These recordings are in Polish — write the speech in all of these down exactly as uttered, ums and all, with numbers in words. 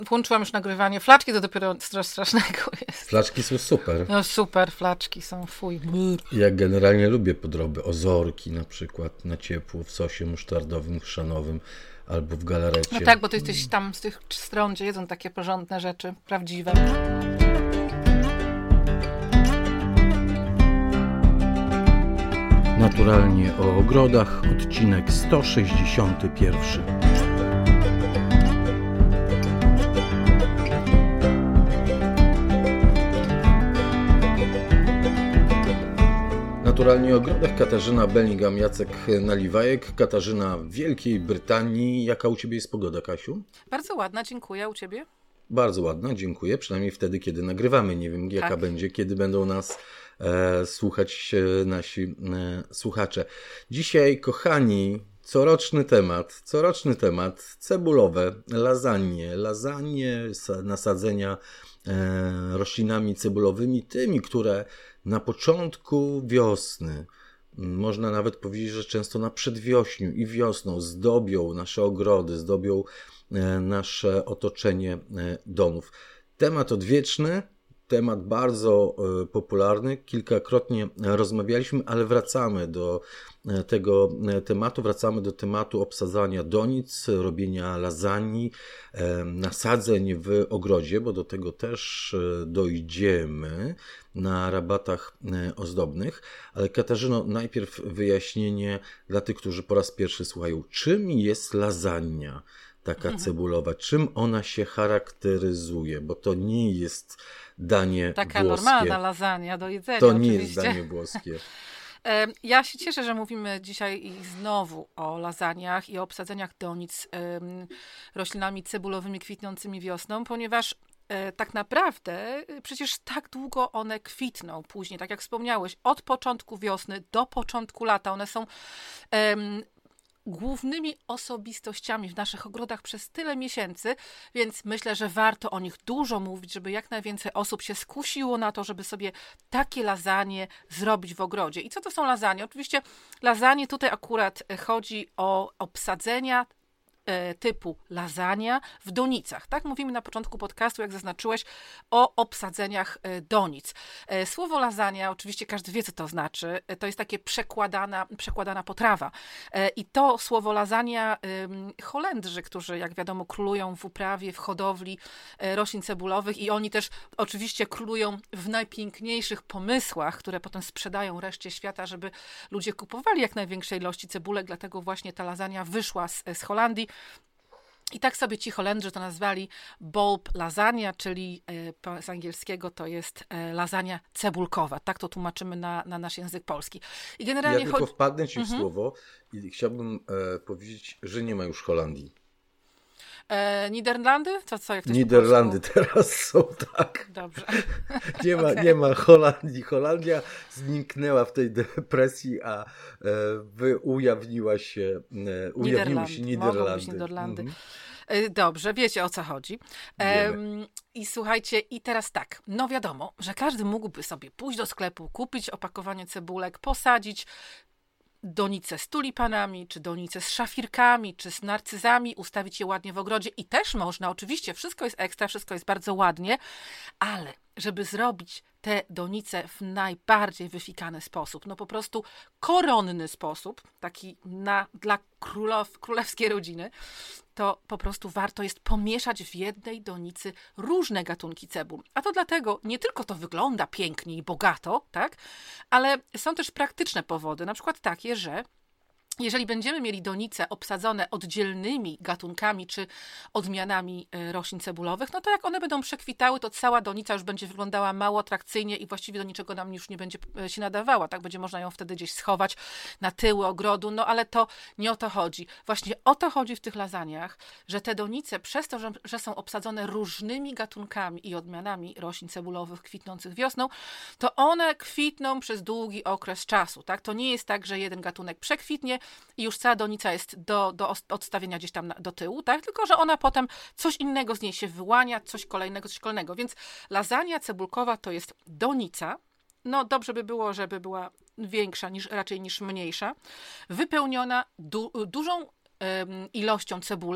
włączyłam już nagrywanie. Flaczki to dopiero coś strasznego jest. Flaczki są super. No super, flaczki są, fuj. Ja generalnie lubię podroby. Ozorki na przykład na ciepło, w sosie musztardowym, chrzanowym albo w galarecie. No tak, bo ty jesteś tam z tych stron, gdzie jedzą takie porządne rzeczy, prawdziwe. Naturalnie o ogrodach, odcinek sto sześćdziesiąty pierwszy. Naturalnie o ogrodach Katarzyna Bellingham, Jacek Naliwajek. Katarzyna w Wielkiej Brytanii. Jaka u Ciebie jest pogoda, Kasiu? Bardzo ładna, dziękuję. U Ciebie? Bardzo ładna, dziękuję. Przynajmniej wtedy, kiedy nagrywamy. Nie wiem, jaka tak. będzie, kiedy będą nas e, słuchać e, nasi e, słuchacze. Dzisiaj, kochani, coroczny temat. Coroczny temat. Cebulowe, lasagne. Lasagne, nasadzenia e, roślinami cebulowymi, tymi, które na początku wiosny, można nawet powiedzieć, że często na przedwiośniu i wiosną zdobią nasze ogrody, zdobią nasze otoczenie domów. Temat odwieczny, temat bardzo popularny, kilkakrotnie rozmawialiśmy, ale wracamy do tego tematu, wracamy do tematu obsadzania donic, robienia lasagne, nasadzeń w ogrodzie, bo do tego też dojdziemy na rabatach ozdobnych. Ale Katarzyno, najpierw wyjaśnienie dla tych, którzy po raz pierwszy słuchają. Czym jest lasagna? Taka cebulowa, czym ona się charakteryzuje, bo to nie jest danie Taka włoskie. Taka normalna lasagna do jedzenia. To oczywiście. nie jest danie włoskie. Ja się cieszę, że mówimy dzisiaj i znowu o lasagnach i o obsadzeniach donic um, roślinami cebulowymi kwitnącymi wiosną, ponieważ e, tak naprawdę przecież tak długo one kwitną później, tak jak wspomniałeś, od początku wiosny do początku lata. One są um, głównymi osobistościami w naszych ogrodach przez tyle miesięcy, więc myślę, że warto o nich dużo mówić, żeby jak najwięcej osób się skusiło na to, żeby sobie takie lasagne zrobić w ogrodzie. I co to są lasagne? Oczywiście lasagne tutaj akurat chodzi o obsadzenia typu lasagna w donicach. Tak mówimy na początku podcastu, jak zaznaczyłeś, o obsadzeniach donic. Słowo lasagna, oczywiście każdy wie, co to znaczy. To jest takie przekładana, przekładana potrawa. I to słowo lasagna Holendrzy, którzy, jak wiadomo, królują w uprawie, w hodowli roślin cebulowych i oni też oczywiście królują w najpiękniejszych pomysłach, które potem sprzedają reszcie świata, żeby ludzie kupowali jak największej ilości cebulek, dlatego właśnie ta lasagna wyszła z, z Holandii. I tak sobie ci Holendrzy to nazwali bulb lasagna, czyli z angielskiego to jest lasagna cebulkowa. Tak to tłumaczymy na, na nasz język polski. I generalnie ja tylko chodzi... wpadnę ci w mhm. słowo i chciałbym e, powiedzieć, że nie ma już Holandii. E, Niderlandy? To co, jak to się Niderlandy teraz są, tak. Dobrze. Nie ma, okay. nie ma Holandii. Holandia zniknęła w tej depresji, a e, wy, ujawniła się, e, ujawniły się Niderlandy. Mogą być Niderlandy. Mhm. Dobrze, wiecie, o co chodzi. Um, I słuchajcie, i teraz tak, no wiadomo, że każdy mógłby sobie pójść do sklepu, kupić opakowanie cebulek, posadzić donice z tulipanami, czy donice z szafirkami, czy z narcyzami, ustawić je ładnie w ogrodzie i też można, oczywiście, wszystko jest ekstra, wszystko jest bardzo ładnie, ale żeby zrobić te donice w najbardziej wyfikany sposób, no po prostu koronny sposób, taki na, dla królow, królewskiej rodziny, to po prostu warto jest pomieszać w jednej donicy różne gatunki cebul. A to dlatego nie tylko to wygląda pięknie i bogato, tak, ale są też praktyczne powody, na przykład takie, że jeżeli będziemy mieli donice obsadzone oddzielnymi gatunkami czy odmianami roślin cebulowych, no to jak one będą przekwitały, to cała donica już będzie wyglądała mało atrakcyjnie i właściwie do niczego nam już nie będzie się nadawała. Tak będzie można ją wtedy gdzieś schować na tyły ogrodu, no ale to nie o to chodzi. Właśnie o to chodzi w tych lasagnach, że te donice przez to, że, że są obsadzone różnymi gatunkami i odmianami roślin cebulowych kwitnących wiosną, to one kwitną przez długi okres czasu. Tak? To nie jest tak, że jeden gatunek przekwitnie i już cała donica jest do, do odstawienia gdzieś tam na, do tyłu, tak? Tylko że ona potem coś innego z niej się wyłania, coś kolejnego, coś kolejnego. Więc lasagna cebulkowa to jest donica, no dobrze by było, żeby była większa niż, raczej niż mniejsza, wypełniona du, dużą ym, ilością cebulek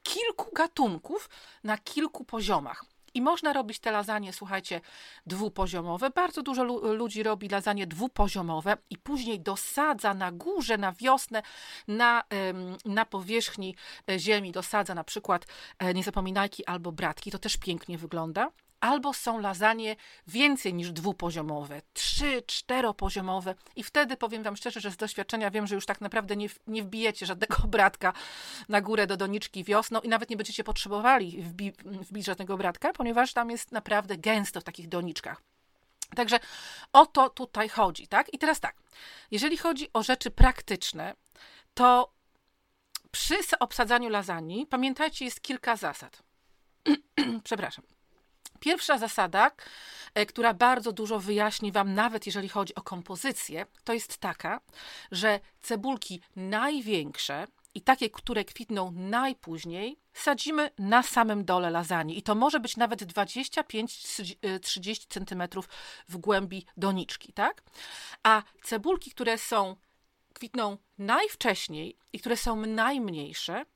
kilku gatunków na kilku poziomach. I można robić te lasagne, słuchajcie, dwupoziomowe. Bardzo dużo lu- ludzi robi lasagne dwupoziomowe i później dosadza na górze, na wiosnę, na, ym, na powierzchni ziemi, dosadza na przykład e, niezapominajki albo bratki. To też pięknie wygląda. Albo są lasagne więcej niż dwupoziomowe, trzy, czteropoziomowe i wtedy powiem wam szczerze, że z doświadczenia wiem, że już tak naprawdę nie, nie wbijecie żadnego bratka na górę do doniczki wiosną i nawet nie będziecie potrzebowali wbi, wbić żadnego bratka, ponieważ tam jest naprawdę gęsto w takich doniczkach. Także o to tutaj chodzi, tak? I teraz tak, jeżeli chodzi o rzeczy praktyczne, to przy obsadzaniu lasagne, pamiętajcie, jest kilka zasad. Przepraszam. Pierwsza zasada, która bardzo dużo wyjaśni wam, nawet jeżeli chodzi o kompozycję, to jest taka, że cebulki największe i takie, które kwitną najpóźniej, sadzimy na samym dole lasagne. I to może być nawet dwadzieścia pięć do trzydziestu centymetrów w głębi doniczki, tak? A cebulki, które są, kwitną najwcześniej i które są najmniejsze,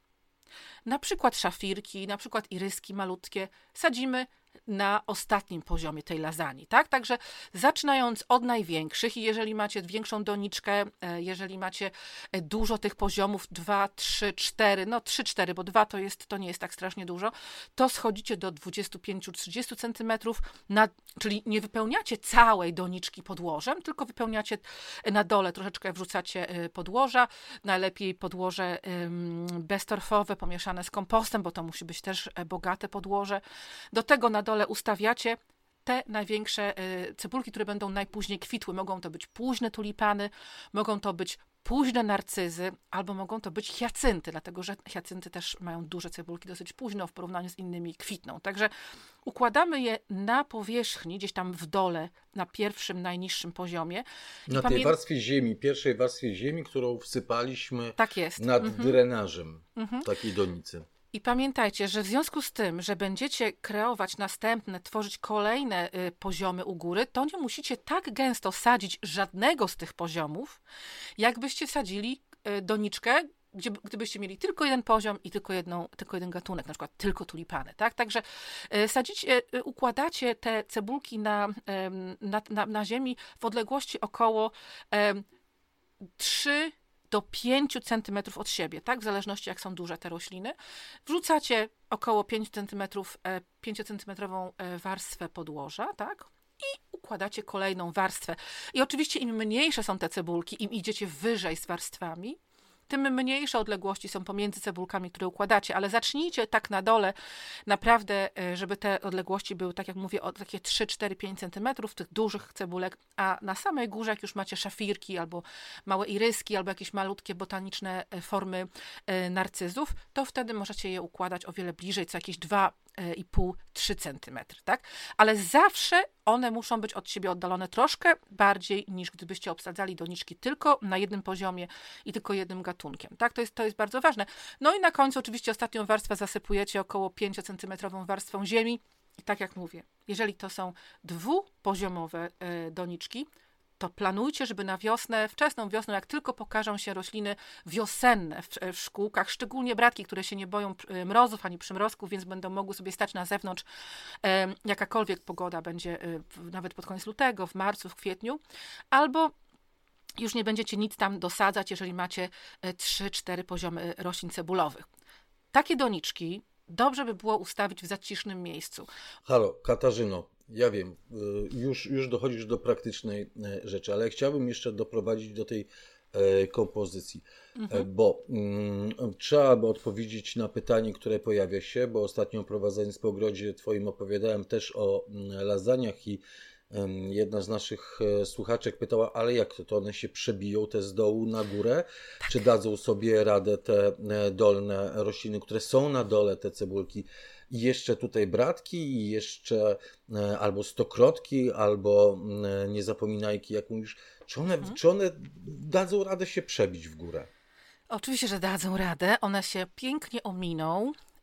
na przykład szafirki, na przykład iryski malutkie, sadzimy na ostatnim poziomie tej lasagne, tak? Także zaczynając od największych i jeżeli macie większą doniczkę, jeżeli macie dużo tych poziomów, dwa, trzy, cztery, no trzy, cztery, bo dwa to jest, to nie jest tak strasznie dużo, to schodzicie do dwudziestu pięciu do trzydziestu centymetrów, na, czyli nie wypełniacie całej doniczki podłożem, tylko wypełniacie na dole, troszeczkę wrzucacie podłoża, najlepiej podłoże beztorfowe, pomieszane z kompostem, bo to musi być też bogate podłoże. Do tego na dole ustawiacie te największe cebulki, które będą najpóźniej kwitły. Mogą to być późne tulipany, mogą to być późne narcyzy, albo mogą to być hiacynty, dlatego że hiacynty też mają duże cebulki, dosyć późno w porównaniu z innymi kwitną. Także układamy je na powierzchni, gdzieś tam w dole, na pierwszym, najniższym poziomie. I na pamię... tej warstwie ziemi, pierwszej warstwie ziemi, którą wsypaliśmy tak jest. nad mhm. drenażem mhm. takiej donicy. I pamiętajcie, że w związku z tym, że będziecie kreować następne, tworzyć kolejne y, poziomy u góry, to nie musicie tak gęsto sadzić żadnego z tych poziomów, jakbyście sadzili y, doniczkę, gdzie, gdybyście mieli tylko jeden poziom i tylko, jedną, tylko jeden gatunek, na przykład tylko tulipany. Tak? Także y, sadzicie, y, układacie te cebulki na, y, na, na, na ziemi w odległości około y, trzy do pięciu centymetrów od siebie, tak? W zależności jak są duże te rośliny. Wrzucacie około pięć centymetrów, pięciocentymetrową warstwę podłoża, tak? I układacie kolejną warstwę. I oczywiście im mniejsze są te cebulki, im idziecie wyżej z warstwami, tym mniejsze odległości są pomiędzy cebulkami, które układacie, ale zacznijcie tak na dole, naprawdę, żeby te odległości były, tak jak mówię, o takie trzy, cztery, pięć centymetrów tych dużych cebulek, a na samej górze, jak już macie szafirki, albo małe iryski, albo jakieś malutkie botaniczne formy narcyzów, to wtedy możecie je układać o wiele bliżej, co jakieś dwa i pół do trzech centymetrów, tak? Ale zawsze one muszą być od siebie oddalone troszkę bardziej, niż gdybyście obsadzali doniczki tylko na jednym poziomie i tylko jednym gatunkiem, tak? To jest, to jest bardzo ważne. No i na końcu oczywiście ostatnią warstwę zasypujecie około pięciocentymetrową warstwą ziemi i tak jak mówię, jeżeli to są dwupoziomowe doniczki, to planujcie, żeby na wiosnę, wczesną wiosnę, jak tylko pokażą się rośliny wiosenne w, w szkółkach, szczególnie bratki, które się nie boją mrozów ani przymrozków, więc będą mogły sobie stać na zewnątrz, e, jakakolwiek pogoda będzie, e, nawet pod koniec lutego, w marcu, w kwietniu, albo już nie będziecie nic tam dosadzać, jeżeli macie trzy cztery poziomy roślin cebulowych. Takie doniczki dobrze by było ustawić w zacisznym miejscu. Halo, Katarzyno, ja wiem, już, już dochodzisz do praktycznej rzeczy, ale chciałbym jeszcze doprowadzić do tej kompozycji, mhm. bo mm, trzeba by odpowiedzieć na pytanie, które pojawia się, bo ostatnio prowadząc po ogrodzie twoim opowiadałem też o lasagnach i jedna z naszych słuchaczek pytała, ale jak to, to one się przebiją te z dołu na górę? Tak. Czy dadzą sobie radę te dolne rośliny, które są na dole, te cebulki? I jeszcze tutaj bratki, i jeszcze albo stokrotki, albo niezapominajki, jak mówisz. Czy one, mhm. czy one dadzą radę się przebić w górę? Oczywiście, że dadzą radę. One się pięknie ominą.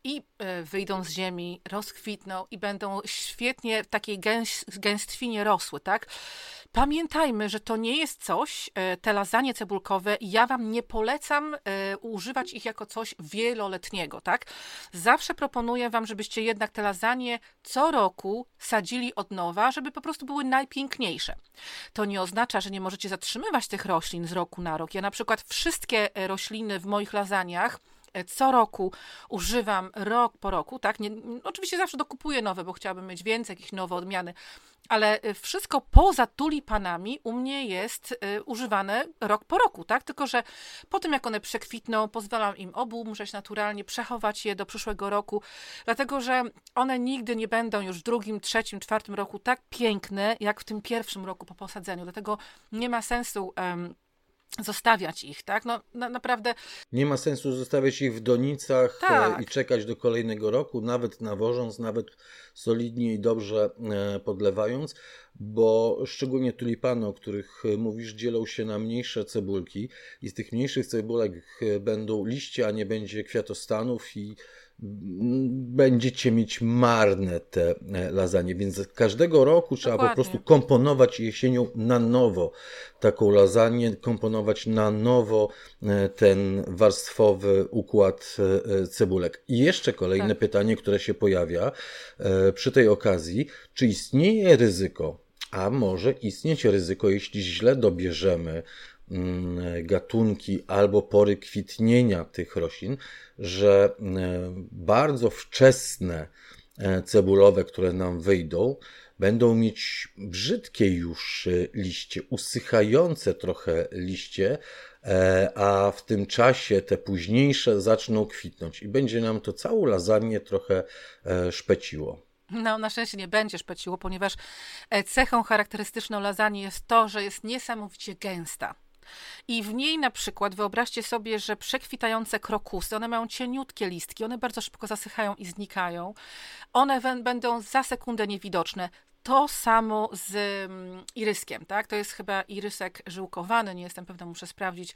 i wyjdą z ziemi, rozkwitną i będą świetnie w takiej gęś, gęstwinie rosły, tak? Pamiętajmy, że to nie jest coś, te lasagne cebulkowe, ja wam nie polecam e, używać ich jako coś wieloletniego, tak? Zawsze proponuję wam, żebyście jednak te lasagne co roku sadzili od nowa, żeby po prostu były najpiękniejsze. To nie oznacza, że nie możecie zatrzymywać tych roślin z roku na rok. Ja na przykład wszystkie rośliny w moich lasagnach co roku używam rok po roku, tak? Nie, oczywiście zawsze dokupuję nowe, bo chciałabym mieć więcej, jakieś nowe odmiany, ale wszystko poza tulipanami u mnie jest y, używane rok po roku, tak? Tylko że po tym, jak one przekwitną, pozwalam im obumrzeć naturalnie, przechować je do przyszłego roku, dlatego że one nigdy nie będą już w drugim, trzecim, czwartym roku tak piękne, jak w tym pierwszym roku po posadzeniu. Dlatego nie ma sensu um, zostawiać ich, tak? No na, naprawdę. Nie ma sensu zostawiać ich w donicach tak. i czekać do kolejnego roku, nawet nawożąc, nawet solidnie i dobrze podlewając, bo szczególnie tulipany, o których mówisz, dzielą się na mniejsze cebulki i z tych mniejszych cebulek będą liście, a nie będzie kwiatostanów i będziecie mieć marne te lasagne, więc każdego roku trzeba Dokładnie. po prostu komponować jesienią na nowo taką lasagne, komponować na nowo ten warstwowy układ cebulek. I jeszcze kolejne tak. pytanie, które się pojawia przy tej okazji, czy istnieje ryzyko, a może istnieć ryzyko, jeśli źle dobierzemy gatunki albo pory kwitnienia tych roślin, że bardzo wczesne cebulowe, które nam wyjdą, będą mieć brzydkie już liście, usychające trochę liście, a w tym czasie te późniejsze zaczną kwitnąć i będzie nam to całą lasagne trochę szpeciło. No, na szczęście nie będzie szpeciło, ponieważ cechą charakterystyczną lasagne jest to, że jest niesamowicie gęsta. I w niej na przykład wyobraźcie sobie, że przekwitające krokusy, one mają cieniutkie listki, one bardzo szybko zasychają i znikają. One w- będą za sekundę niewidoczne. To samo z um, iryskiem, tak? To jest chyba irysek żyłkowany, nie jestem pewna, muszę sprawdzić.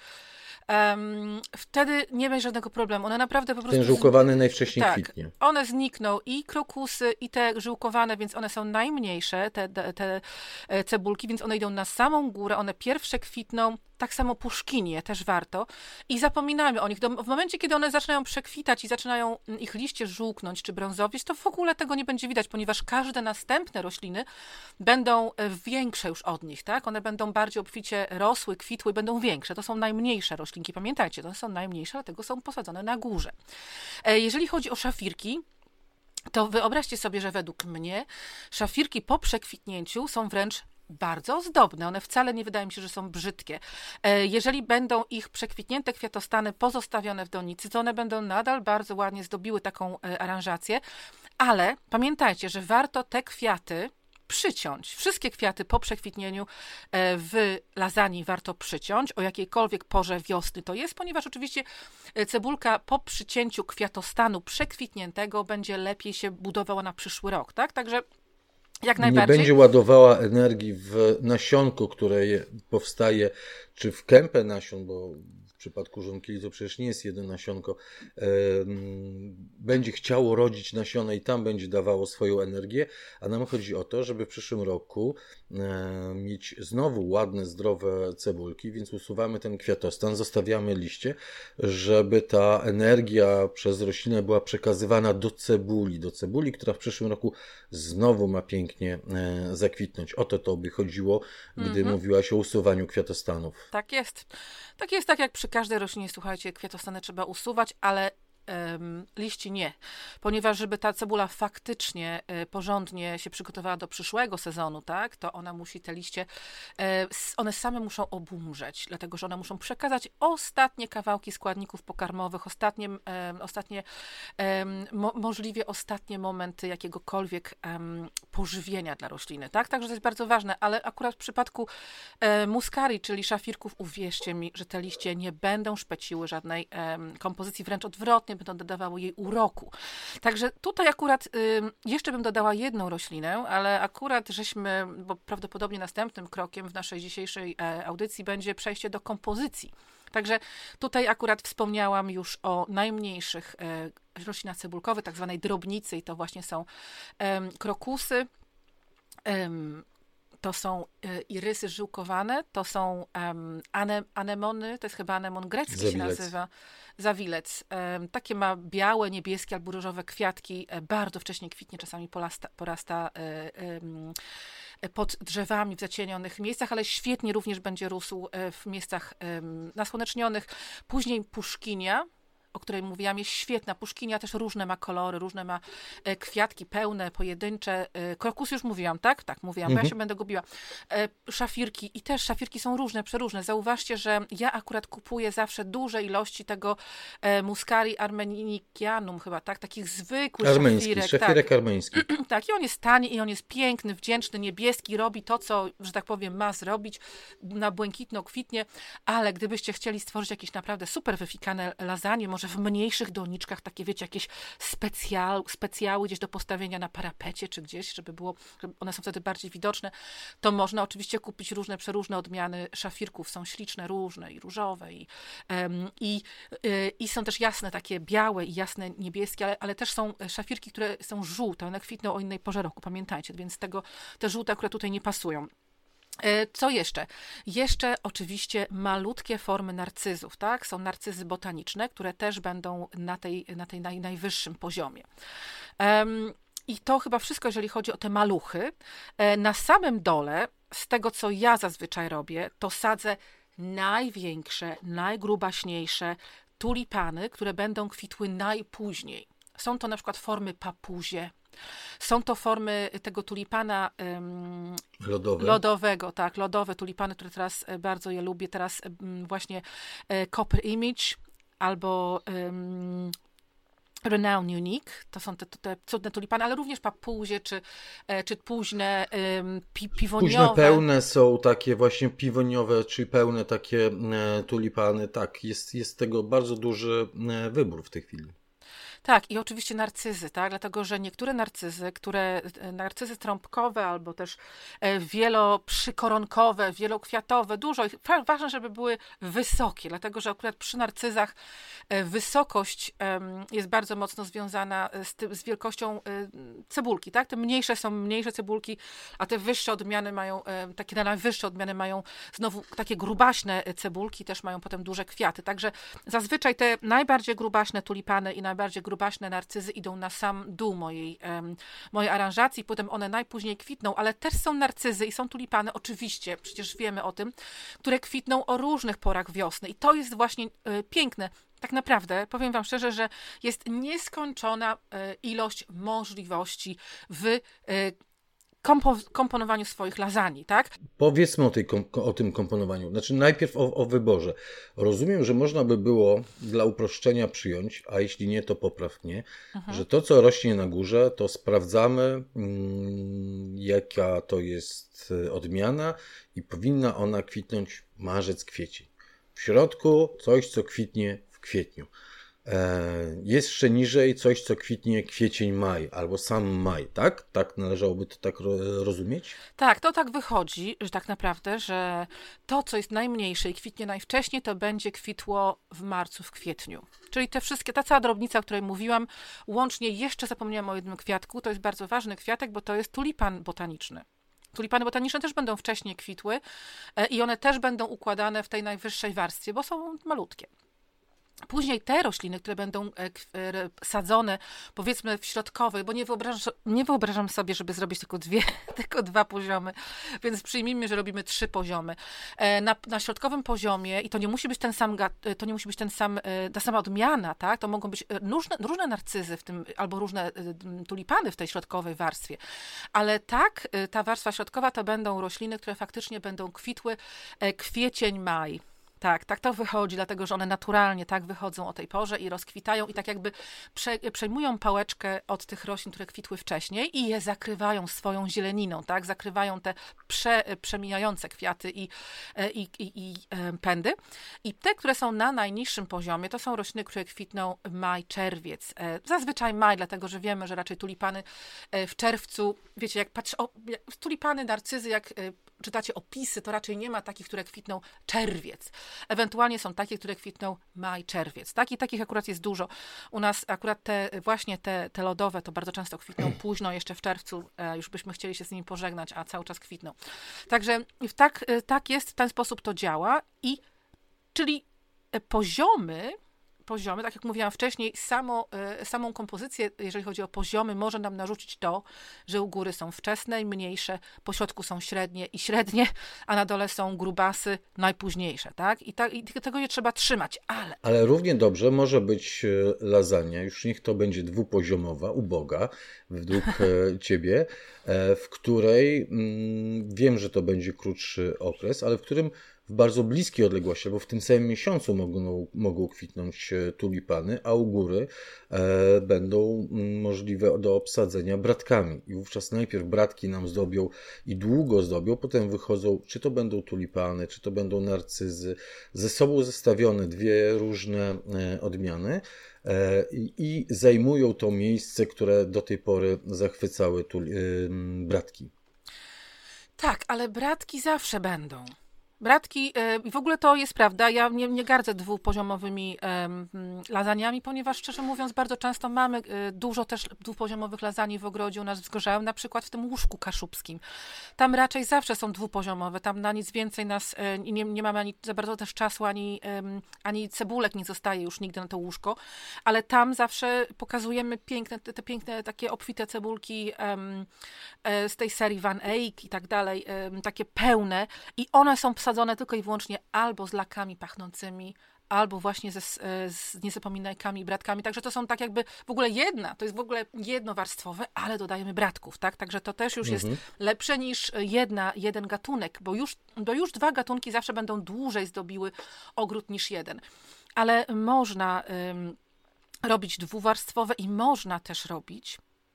Um, wtedy nie będzie żadnego problemu. One naprawdę po prostu... Ten żyłkowany najwcześniej tak, kwitnie. One znikną i krokusy, i te żyłkowane, więc one są najmniejsze, te, te cebulki, więc one idą na samą górę, one pierwsze kwitną, tak samo puszkinie też warto. I zapominajmy o nich. W momencie, kiedy one zaczynają przekwitać i zaczynają ich liście żółknąć czy brązowieć, to w ogóle tego nie będzie widać, ponieważ każde następne rośliny będą większe już od nich, tak? One będą bardziej obficie rosły, kwitły, będą większe. To są najmniejsze roślinki. Pamiętajcie, to są najmniejsze, dlatego są posadzone na górze. Jeżeli chodzi o szafirki, to wyobraźcie sobie, że według mnie szafirki po przekwitnięciu są wręcz bardzo ozdobne. One wcale nie wydaje mi się, że są brzydkie. Jeżeli będą ich przekwitnięte kwiatostany pozostawione w donicy, to one będą nadal bardzo ładnie zdobiły taką aranżację, ale pamiętajcie, że warto te kwiaty przyciąć. Wszystkie kwiaty po przekwitnieniu w lasagne warto przyciąć, o jakiejkolwiek porze wiosny to jest, ponieważ oczywiście cebulka po przycięciu kwiatostanu przekwitniętego będzie lepiej się budowała na przyszły rok, tak? Także jak najbardziej. Nie będzie ładowała energii w nasionko, które powstaje, czy w kępę nasion, bo w przypadku żonkili to przecież nie jest jedno nasionko, będzie chciało rodzić nasiona i tam będzie dawało swoją energię, a nam chodzi o to, żeby w przyszłym roku mieć znowu ładne, zdrowe cebulki, więc usuwamy ten kwiatostan, zostawiamy liście, żeby ta energia przez roślinę była przekazywana do cebuli, do cebuli, która w przyszłym roku znowu ma pięknie zakwitnąć. O to to by chodziło, gdy mm-hmm. mówiłaś o usuwaniu kwiatostanów. Tak jest. Tak jest, tak jak przy każdej roślinie, słuchajcie, kwiatostany trzeba usuwać, ale um, liści nie. Ponieważ żeby ta cebula faktycznie y, porządnie się przygotowała do przyszłego sezonu, tak, to ona musi te liście, y, one same muszą obumrzeć, dlatego że one muszą przekazać ostatnie kawałki składników pokarmowych, ostatnie, y, ostatnie y, mo, możliwie ostatnie momenty jakiegokolwiek y, pożywienia dla rośliny, tak? Także to jest bardzo ważne, ale akurat w przypadku y, muskari, czyli szafirków, uwierzcie mi, że te liście nie będą szpeciły żadnej y, kompozycji, wręcz odwrotnie, będą dodawały jej uroku. Także tutaj akurat y, jeszcze bym dodała jedną roślinę, ale akurat żeśmy, bo prawdopodobnie następnym krokiem w naszej dzisiejszej e, audycji będzie przejście do kompozycji Także tutaj akurat wspomniałam już o najmniejszych e, roślinach cebulkowych, tak zwanej drobnicy i to właśnie są e, krokusy, e, to są e, irysy żyłkowane, to są um, ane, anemony, to jest chyba anemon grecki Zawilec. się nazywa, zawilec. E, takie ma białe, niebieskie albo różowe kwiatki, e, bardzo wcześnie kwitnie, czasami porasta, porasta e, e, pod drzewami w zacienionych miejscach, ale świetnie również będzie rósł e, w miejscach e, nasłonecznionych. Później puszkinia, o której mówiłam, jest świetna. Puszkinia też różne ma kolory, różne ma e, kwiatki pełne, pojedyncze. E, krokus już mówiłam, tak? Tak, mówiłam, mhm. bo ja się będę gubiła. E, szafirki i też szafirki są różne, przeróżne. Zauważcie, że ja akurat kupuję zawsze duże ilości tego e, Muscari armenicianum chyba, tak? Takich zwykłych armeński, szafirek. Szafirek tak. armeński. Tak, i on jest tani, i on jest piękny, wdzięczny, niebieski, robi to, co, że tak powiem, ma zrobić, na błękitno kwitnie, ale gdybyście chcieli stworzyć jakieś naprawdę super wyfikane lasagne, może w mniejszych doniczkach, takie wiecie, jakieś specjal, specjały gdzieś do postawienia na parapecie, czy gdzieś, żeby było, żeby one są wtedy bardziej widoczne, to można oczywiście kupić różne, przeróżne odmiany szafirków, są śliczne, różne i różowe i, um, i, y, i są też jasne, takie białe i jasne niebieskie, ale, ale też są szafirki, które są żółte, one kwitną o innej porze roku, pamiętajcie, więc tego, te żółte akurat tutaj nie pasują. Co jeszcze? Jeszcze oczywiście malutkie formy narcyzów, tak? Są narcyzy botaniczne, które też będą na tej, na tej naj, najwyższym poziomie. Um, I to chyba wszystko, jeżeli chodzi o te maluchy. Na samym dole, z tego co ja zazwyczaj robię, to sadzę największe, najgrubaśniejsze tulipany, które będą kwitły najpóźniej. Są to na przykład formy papuzie. Są to formy tego tulipana um, Lodowe. lodowego, tak, lodowe tulipany, które teraz bardzo je lubię. Teraz um, właśnie um, Copper Image albo um, Renown Unique, to są te, te cudne tulipany, ale również papuzie, czy, czy późne um, pi, piwoniowe. Późne pełne są takie właśnie piwoniowe, czy pełne takie e, tulipany. Tak, jest, jest tego bardzo duży e, wybór w tej chwili. Tak, i oczywiście narcyzy, tak, dlatego, że niektóre narcyzy, które, narcyzy trąbkowe albo też wieloprzykoronkowe, wielokwiatowe, dużo ich, ważne, żeby były wysokie, dlatego, że akurat przy narcyzach wysokość jest bardzo mocno związana z, tym, z wielkością cebulki, tak, te mniejsze są mniejsze cebulki, a te wyższe odmiany mają, takie najwyższe odmiany mają znowu takie grubaśne cebulki, też mają potem duże kwiaty, także zazwyczaj te najbardziej grubaśne tulipany i najbardziej grubaśne narcyzy idą na sam dół mojej, um, mojej aranżacji, potem one najpóźniej kwitną, ale też są narcyzy i są tulipany, oczywiście, przecież wiemy o tym, które kwitną o różnych porach wiosny i to jest właśnie y, piękne. Tak naprawdę, powiem wam szczerze, że jest nieskończona y, ilość możliwości w y, Kompo- komponowaniu swoich lasagne, tak? Powiedzmy o, tej, o tym komponowaniu. Znaczy najpierw o, o wyborze. Rozumiem, że można by było dla uproszczenia przyjąć, a jeśli nie, to popraw mnie, mhm. że to, co rośnie na górze, to sprawdzamy, mm, jaka to jest odmiana i powinna ona kwitnąć marzec, kwiecień. W środku coś, co kwitnie w kwietniu. Jeszcze niżej coś, co kwitnie kwiecień, maj, albo sam maj, tak? Tak należałoby to tak rozumieć? Tak, to tak wychodzi, że tak naprawdę, że to, co jest najmniejsze i kwitnie najwcześniej, to będzie kwitło w marcu, w kwietniu. Czyli te wszystkie, ta cała drobnica, o której mówiłam, łącznie jeszcze zapomniałam o jednym kwiatku, to jest bardzo ważny kwiatek, bo to jest tulipan botaniczny. Tulipany botaniczne też będą wcześniej kwitły i one też będą układane w tej najwyższej warstwie, bo są malutkie. Później te rośliny, które będą sadzone, powiedzmy w środkowej, bo nie wyobrażam, nie wyobrażam sobie, żeby zrobić tylko dwie, tylko dwa poziomy, więc przyjmijmy, że robimy trzy poziomy. Na, na środkowym poziomie, i to nie musi być ten sam, to nie musi być ten sam, ta sama odmiana, tak? To mogą być różne, różne narcyzy w tym, albo różne tulipany w tej środkowej warstwie, ale tak, ta warstwa środkowa to będą rośliny, które faktycznie będą kwitły kwiecień, maj. Tak, tak to wychodzi, dlatego że one naturalnie tak wychodzą o tej porze i rozkwitają i tak jakby prze, przejmują pałeczkę od tych roślin, które kwitły wcześniej i je zakrywają swoją zieleniną, tak, zakrywają te prze, przemijające kwiaty i, i, i, i pędy. I te, które są na najniższym poziomie, to są rośliny, które kwitną maj, czerwiec. Zazwyczaj maj, dlatego że wiemy, że raczej tulipany w czerwcu, wiecie, jak patrzę, o, tulipany, narcyzy, jak czytacie opisy, to raczej nie ma takich, które kwitną czerwiec. Ewentualnie są takie, które kwitną maj, czerwiec. Tak? I takich akurat jest dużo. U nas akurat te właśnie te, te lodowe to bardzo często kwitną późno, jeszcze w czerwcu. E, już byśmy chcieli się z nimi pożegnać, a cały czas kwitną. Także tak, tak jest, w ten sposób to działa. I czyli poziomy poziomy, tak jak mówiłam wcześniej, samo, samą kompozycję, jeżeli chodzi o poziomy, może nam narzucić to, że u góry są wczesne i mniejsze, po środku są średnie i średnie, a na dole są grubasy najpóźniejsze, tak? I, ta, i tego nie trzeba trzymać, ale... Ale równie dobrze może być lasagna, już niech to będzie dwupoziomowa, uboga, według ciebie, w której, wiem, że to będzie krótszy okres, ale w którym w bardzo bliskiej odległości, bo w tym samym miesiącu mogą, mogą kwitnąć tulipany, a u góry e, będą możliwe do obsadzenia bratkami. I wówczas najpierw bratki nam zdobią i długo zdobią, potem wychodzą, czy to będą tulipany, czy to będą narcyzy, ze sobą zestawione dwie różne e, odmiany e, i zajmują to miejsce, które do tej pory zachwycały tuli, e, bratki. Tak, ale bratki zawsze będą. Bratki, i w ogóle to jest prawda, ja nie, nie gardzę dwupoziomowymi um, lasagnami, ponieważ szczerze mówiąc bardzo często mamy y, dużo też dwupoziomowych lasagni w ogrodzie u nas w Zgorzelcu, na przykład w tym łóżku kaszubskim. Tam raczej zawsze są dwupoziomowe, tam na nic więcej nas, y, nie, nie mamy ani za bardzo też czasu, ani, y, ani cebulek nie zostaje już nigdy na to łóżko, ale tam zawsze pokazujemy piękne, te, te piękne takie obfite cebulki um, y, z tej serii Van Eyck i tak dalej, y, takie pełne i one są psadzone tylko i wyłącznie albo z lakami pachnącymi, albo właśnie ze, z niezapominajkami, bratkami. Także to są tak jakby w ogóle jedna, to jest w ogóle jednowarstwowe, ale dodajemy bratków, tak? Także to też już mhm. jest lepsze niż jedna, jeden gatunek, bo już, bo już dwa gatunki zawsze będą dłużej zdobiły ogród niż jeden. Ale można ym, robić dwuwarstwowe i można też robić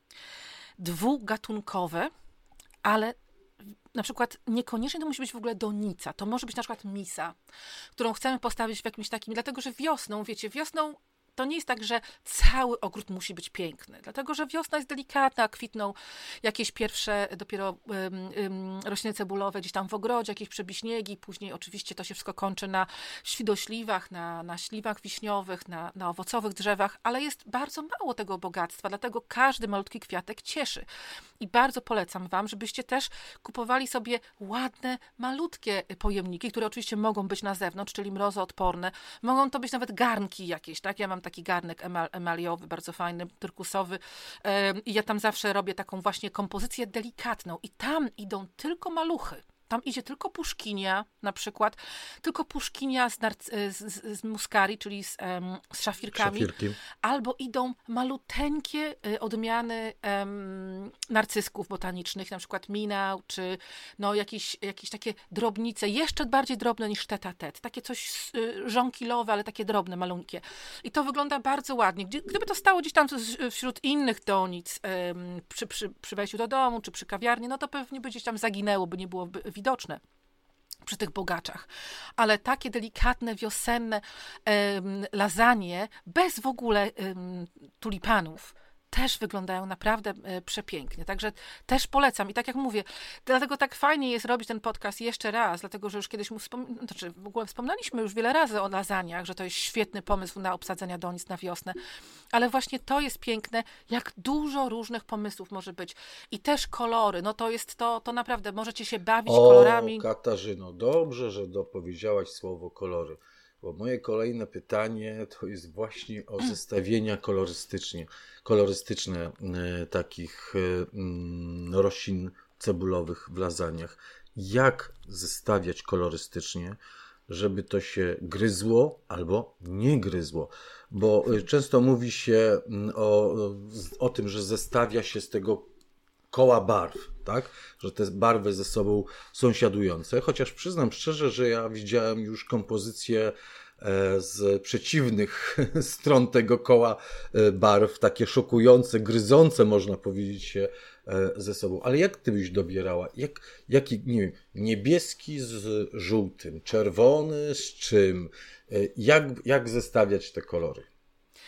dwugatunkowe, ale na przykład niekoniecznie to musi być w ogóle donica, to może być na przykład misa, którą chcemy postawić w jakimś takim, dlatego że wiosną, wiecie, wiosną to nie jest tak, że cały ogród musi być piękny, dlatego że wiosna jest delikatna, kwitną jakieś pierwsze dopiero um, um, rośliny cebulowe gdzieś tam w ogrodzie, jakieś przebiśniegi, później oczywiście to się wszystko kończy na świdośliwach, na, na śliwach wiśniowych, na, na owocowych drzewach, ale jest bardzo mało tego bogactwa, dlatego każdy malutki kwiatek cieszy. I bardzo polecam wam, żebyście też kupowali sobie ładne, malutkie pojemniki, które oczywiście mogą być na zewnątrz, czyli mrozoodporne, mogą to być nawet garnki jakieś, tak? Ja mam taki garnek emal, emaliowy, bardzo fajny, turkusowy i ja tam zawsze robię taką właśnie kompozycję delikatną i tam idą tylko maluchy. Tam idzie tylko puszkinia, na przykład, tylko puszkinia z, narc- z, z muskari, czyli z, um, z szafirkami, Szafirki. Albo idą maluteńkie odmiany um, narcysków botanicznych, na przykład minał, czy no, jakieś, jakieś takie drobnice, jeszcze bardziej drobne niż tete-a-tete, takie coś y, żonkilowe, ale takie drobne, malunkie. I to wygląda bardzo ładnie. Gdyby to stało gdzieś tam wśród innych donic, um, przy, przy, przy wejściu do domu, czy przy kawiarni, no to pewnie by gdzieś tam zaginęło, by nie było widoczne przy tych bogaczach. Ale takie delikatne, wiosenne um, lasagne, bez w ogóle um, tulipanów, też wyglądają naprawdę e, przepięknie. Także też polecam. I tak jak mówię, dlatego tak fajnie jest robić ten podcast jeszcze raz, dlatego, że już kiedyś mu wspom- znaczy w ogóle wspomnieliśmy już wiele razy o lasagnach, że to jest świetny pomysł na obsadzenia donic na wiosnę. Ale właśnie to jest piękne, jak dużo różnych pomysłów może być. I też kolory. No to jest to, to naprawdę, możecie się bawić o, kolorami. O, Katarzyno, dobrze, że dopowiedziałaś słowo kolory. Bo moje kolejne pytanie to jest właśnie o zestawienia kolorystycznie, kolorystyczne y, takich y, y, roślin cebulowych w lasagnach. Jak zestawiać kolorystycznie, żeby to się gryzło albo nie gryzło? Bo y, często mówi się o, o tym, że zestawia się z tego koła barw, tak? Że te barwy ze sobą sąsiadujące, chociaż przyznam szczerze, że ja widziałem już kompozycje z przeciwnych stron tego koła barw, takie szokujące, gryzące, można powiedzieć, się ze sobą. Ale jak ty byś dobierała? Jak, jaki, nie wiem, niebieski z żółtym, czerwony z czym? Jak, jak zestawiać te kolory?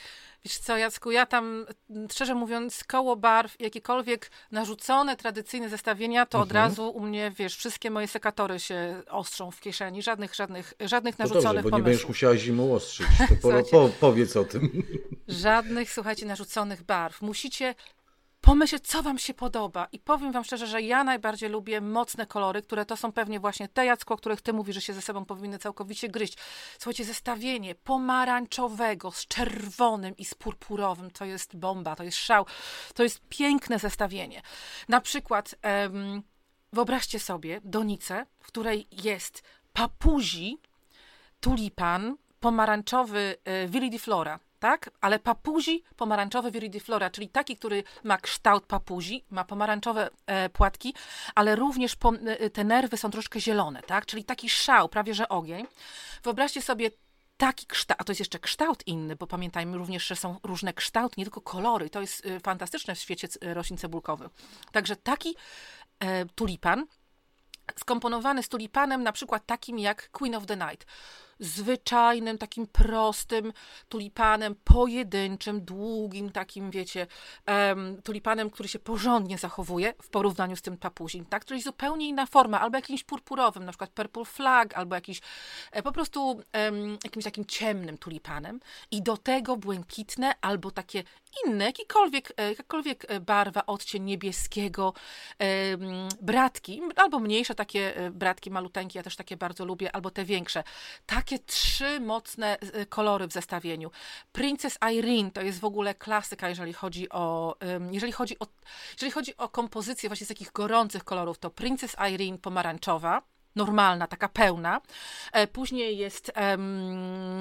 Wiesz co, Jacku, ja tam, szczerze mówiąc, koło barw, jakiekolwiek narzucone, tradycyjne zestawienia, to mhm. od razu u mnie, wiesz, wszystkie moje sekatory się ostrzą w kieszeni. Żadnych, żadnych, żadnych narzuconych no dobrze, bo pomysłów. nie będziesz musiała zimą ostrzyć. To po, po, powiedz o tym. Żadnych, słuchajcie, narzuconych barw. Musicie pomyśleć, co wam się podoba. I powiem wam szczerze, że ja najbardziej lubię mocne kolory, które to są pewnie właśnie te, Jacku, o których ty mówisz, że się ze sobą powinny całkowicie gryźć. Słuchajcie, zestawienie pomarańczowego z czerwonym i z purpurowym, to jest bomba, to jest szał. To jest piękne zestawienie. Na przykład um, wyobraźcie sobie donicę, w której jest papuzi, tulipan, pomarańczowy y, viridiflora. Tak? Ale papuzi pomarańczowy viridiflora, czyli taki, który ma kształt papuzi, ma pomarańczowe e, płatki, ale również po, e, te nerwy są troszkę zielone, tak? Czyli taki szał, prawie że ogień. Wyobraźcie sobie taki kształt, a to jest jeszcze kształt inny, bo pamiętajmy również, że są różne kształty, nie tylko kolory. To jest e, fantastyczne w świecie roślin cebulkowych. Także taki e, tulipan, skomponowany z tulipanem, na przykład takim jak Queen of the Night. Zwyczajnym, takim prostym tulipanem, pojedynczym, długim, takim, wiecie, um, tulipanem, który się porządnie zachowuje w porównaniu z tym papuzim, tak? Czyli zupełnie inna forma, albo jakimś purpurowym, na przykład purple flag, albo jakiś e, po prostu um, jakimś takim ciemnym tulipanem i do tego błękitne, albo takie inne, jakikolwiek, e, jakakolwiek barwa, odcień niebieskiego, e, bratki, albo mniejsze takie e, bratki, maluteńkie, ja też takie bardzo lubię, albo te większe. Tak Takie trzy mocne kolory w zestawieniu. Princess Irene to jest w ogóle klasyka, jeżeli chodzi o, jeżeli chodzi o, jeżeli chodzi o kompozycję właśnie z takich gorących kolorów, to Princess Irene pomarańczowa, normalna, taka pełna. Później jest um,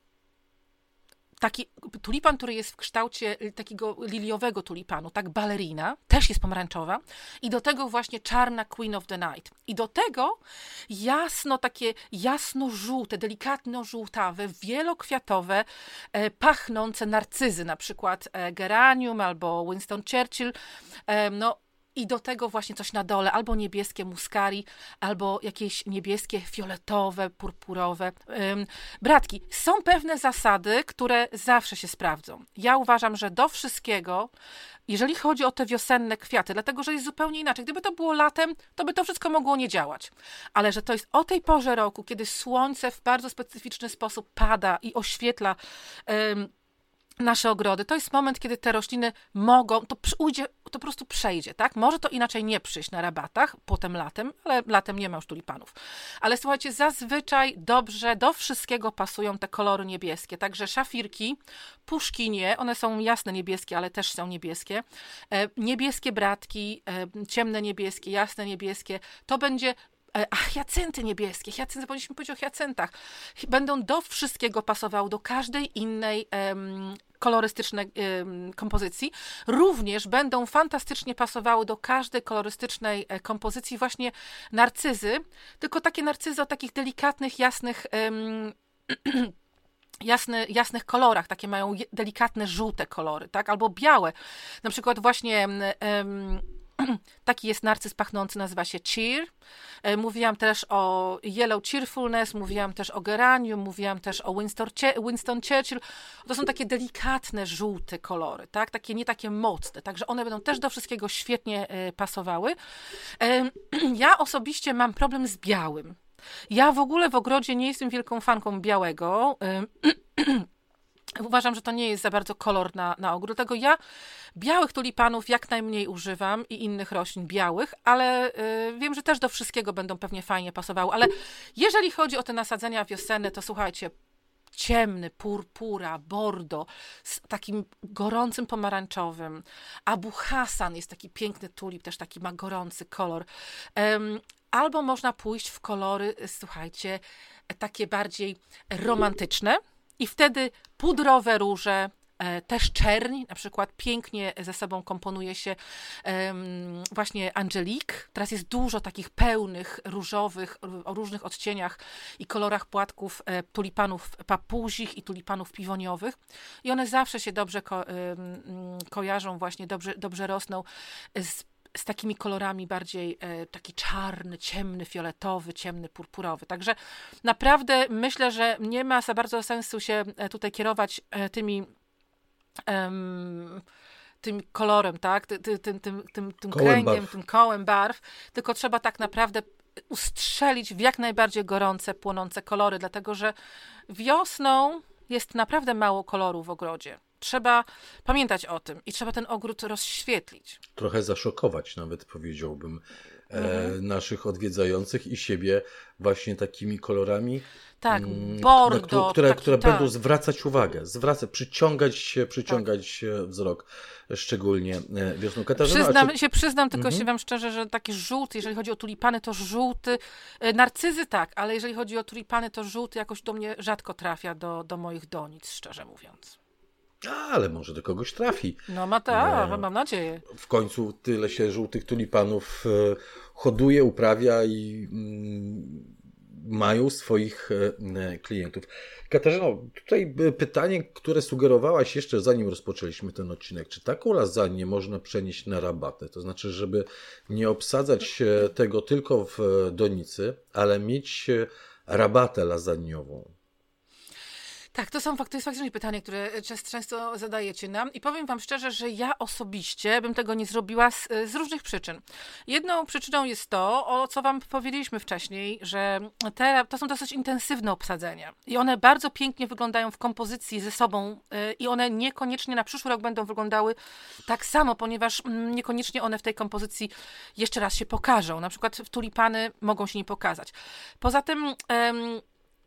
taki tulipan, który jest w kształcie takiego liliowego tulipanu, tak, balerina, też jest pomarańczowa i do tego właśnie czarna Queen of the Night. I do tego jasno, takie jasno-żółte, delikatno-żółtawe, wielokwiatowe, e, pachnące narcyzy, na przykład e, geranium albo Winston Churchill, e, no i do tego właśnie coś na dole, albo niebieskie muskari, albo jakieś niebieskie, fioletowe, purpurowe ym, bratki. Są pewne zasady, które zawsze się sprawdzą. Ja uważam, że do wszystkiego, jeżeli chodzi o te wiosenne kwiaty, dlatego, że jest zupełnie inaczej. Gdyby to było latem, to by to wszystko mogło nie działać. Ale że to jest o tej porze roku, kiedy słońce w bardzo specyficzny sposób pada i oświetla ym, nasze ogrody, to jest moment, kiedy te rośliny mogą, to ujdzie, to po prostu przejdzie, tak? Może to inaczej nie przyjść na rabatach, potem latem, ale latem nie ma już tulipanów. Ale słuchajcie, zazwyczaj dobrze do wszystkiego pasują te kolory niebieskie, także szafirki, puszkinie, one są jasne niebieskie, ale też są niebieskie, e, niebieskie bratki, e, ciemne niebieskie, jasne niebieskie, to będzie A hiacynty niebieskie, hiacynty, powinniśmy powiedzieć o hiacyntach, będą do wszystkiego pasowały, do każdej innej um, kolorystycznej um, kompozycji. Również będą fantastycznie pasowały do każdej kolorystycznej e, kompozycji właśnie narcyzy, tylko takie narcyzy o takich delikatnych, jasnych um, Jasny, jasnych kolorach, takie mają delikatne, żółte kolory, tak, albo białe. Na przykład właśnie um, taki jest narcyz pachnący, nazywa się Cheer. Mówiłam też o Yellow Cheerfulness, mówiłam też o geranium, mówiłam też o Winston, Winston Churchill. To są takie delikatne, żółte kolory, tak? Takie, nie takie mocne, także one będą też do wszystkiego świetnie pasowały. Ja osobiście mam problem z białym. Ja w ogóle w ogrodzie nie jestem wielką fanką białego. Uważam, że to nie jest za bardzo kolor na, na ogród. Dlatego ja białych tulipanów jak najmniej używam i innych roślin białych, ale y, wiem, że też do wszystkiego będą pewnie fajnie pasowały. Ale jeżeli chodzi o te nasadzenia wiosenne, to słuchajcie, ciemny, purpura, bordo, z takim gorącym pomarańczowym. Abu Hassan jest taki piękny tulip, też taki ma gorący kolor. Um, albo można pójść w kolory, słuchajcie, takie bardziej romantyczne. I wtedy pudrowe róże, e, też czerń, na przykład pięknie ze sobą komponuje się e, właśnie Angelique. Teraz jest dużo takich pełnych, różowych, o różnych odcieniach i kolorach płatków e, tulipanów papuzich i tulipanów piwoniowych. I one zawsze się dobrze ko- e, kojarzą, właśnie dobrze, dobrze rosną z z takimi kolorami bardziej e, taki czarny, ciemny, fioletowy, ciemny, purpurowy. Także naprawdę myślę, że nie ma za bardzo sensu się tutaj kierować e, tymi um, tym kolorem, tak? Ty, ty, tym tym, tym, tym Kołem kręgiem, barw. tym kołem barw, tylko trzeba tak naprawdę ustrzelić w jak najbardziej gorące, płonące kolory, dlatego że wiosną jest naprawdę mało koloru w ogrodzie. Trzeba pamiętać o tym i trzeba ten ogród rozświetlić. Trochę zaszokować nawet, powiedziałbym, e, naszych odwiedzających i siebie właśnie takimi kolorami. Tak, mm, bordo. na któ- które taki, które tak. będą zwracać uwagę, zwracać, przyciągać się, przyciągać tak. wzrok, szczególnie e, wiosną. Katarzyna, Przyznam, czy... się przyznam tylko Mhm. się wam szczerze, że taki żółty, jeżeli chodzi o tulipany, to żółty. E, Narcyzy tak, ale jeżeli chodzi o tulipany, to żółty jakoś do mnie rzadko trafia do, do moich donic, szczerze mówiąc. Ale może do kogoś trafi. No ma ta, Nie. mam nadzieję. W końcu tyle się żółtych tulipanów e, hoduje, uprawia i mm, mają swoich e, klientów. Katarzyno, tutaj e, pytanie, które sugerowałaś jeszcze zanim rozpoczęliśmy ten odcinek. Czy taką lasagne można przenieść na rabatę? To znaczy, żeby nie obsadzać e, tego tylko w e, donicy, ale mieć e, rabatę lasagniową. Tak, to są fakt, to jest faktycznie pytanie, które często, często zadajecie nam i powiem wam szczerze, że ja osobiście bym tego nie zrobiła z, z różnych przyczyn. Jedną przyczyną jest to, o co wam powiedzieliśmy wcześniej, że te, to są dosyć intensywne obsadzenia i one bardzo pięknie wyglądają w kompozycji ze sobą yy, i one niekoniecznie na przyszły rok będą wyglądały tak samo, ponieważ mm, niekoniecznie one w tej kompozycji jeszcze raz się pokażą. Na przykład w tulipany mogą się nie pokazać. Poza tym yy,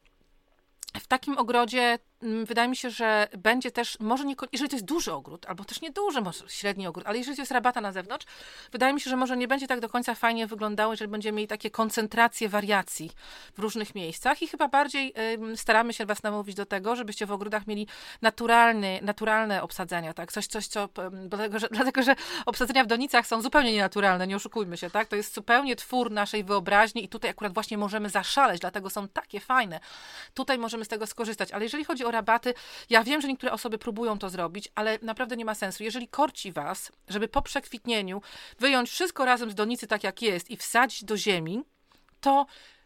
w takim ogrodzie wydaje mi się, że będzie też, może nie, jeżeli to jest duży ogród, albo też nie duży, może średni ogród, ale jeżeli to jest rabata na zewnątrz, wydaje mi się, że może nie będzie tak do końca fajnie wyglądało, jeżeli będziemy mieli takie koncentracje wariacji w różnych miejscach i chyba bardziej y, staramy się was namówić do tego, żebyście w ogrodach mieli naturalny, naturalne obsadzenia, tak? Coś, coś, co, dlatego że, dlatego, że obsadzenia w donicach są zupełnie nienaturalne, nie oszukujmy się, tak? To jest zupełnie twór naszej wyobraźni i tutaj akurat właśnie możemy zaszaleć, dlatego są takie fajne. Tutaj możemy z tego skorzystać, ale jeżeli chodzi o rabaty, ja wiem, że niektóre osoby próbują to zrobić, ale naprawdę nie ma sensu. Jeżeli korci was, żeby po przekwitnieniu wyjąć wszystko razem z donicy tak jak jest i wsadzić do ziemi, to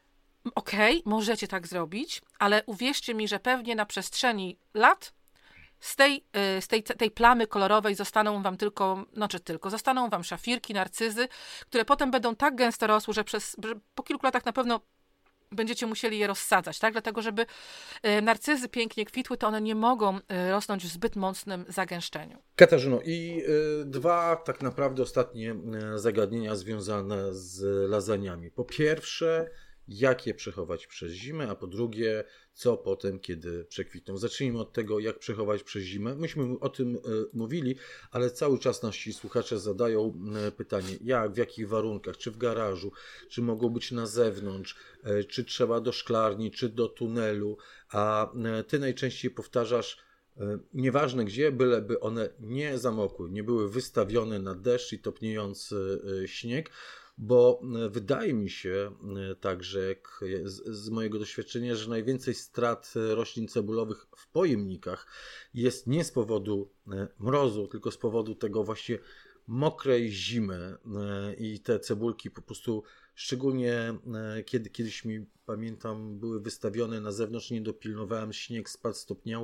okej, okay, możecie tak zrobić, ale uwierzcie mi, że pewnie na przestrzeni lat z tej, z tej, tej plamy kolorowej zostaną wam tylko, no czy tylko, zostaną wam szafirki, narcyzy, które potem będą tak gęsto rosły, że, przez, że po kilku latach na pewno będziecie musieli je rozsadzać, tak? Dlatego, żeby narcyzy pięknie kwitły, to one nie mogą rosnąć w zbyt mocnym zagęszczeniu. Katarzyno, i y, dwa tak naprawdę ostatnie y, zagadnienia związane z lasagnami. Po pierwsze, jak je przechować przez zimę, a po drugie, co potem, kiedy przekwitną. Zacznijmy od tego, jak przechować przez zimę. Myśmy o tym y, mówili, ale cały czas nasi słuchacze zadają y, pytanie, jak, w jakich warunkach, czy w garażu, czy mogą być na zewnątrz, y, czy trzeba do szklarni, czy do tunelu, a y, ty najczęściej powtarzasz, y, nieważne gdzie, byleby one nie zamokły, nie były wystawione na deszcz i topniejący y, śnieg, bo wydaje mi się także z, z mojego doświadczenia, że najwięcej strat roślin cebulowych w pojemnikach jest nie z powodu mrozu, tylko z powodu tego właśnie mokrej zimy i te cebulki po prostu, szczególnie kiedy kiedyś mi, pamiętam, były wystawione na zewnątrz, nie dopilnowałem, śnieg spadł, stopniał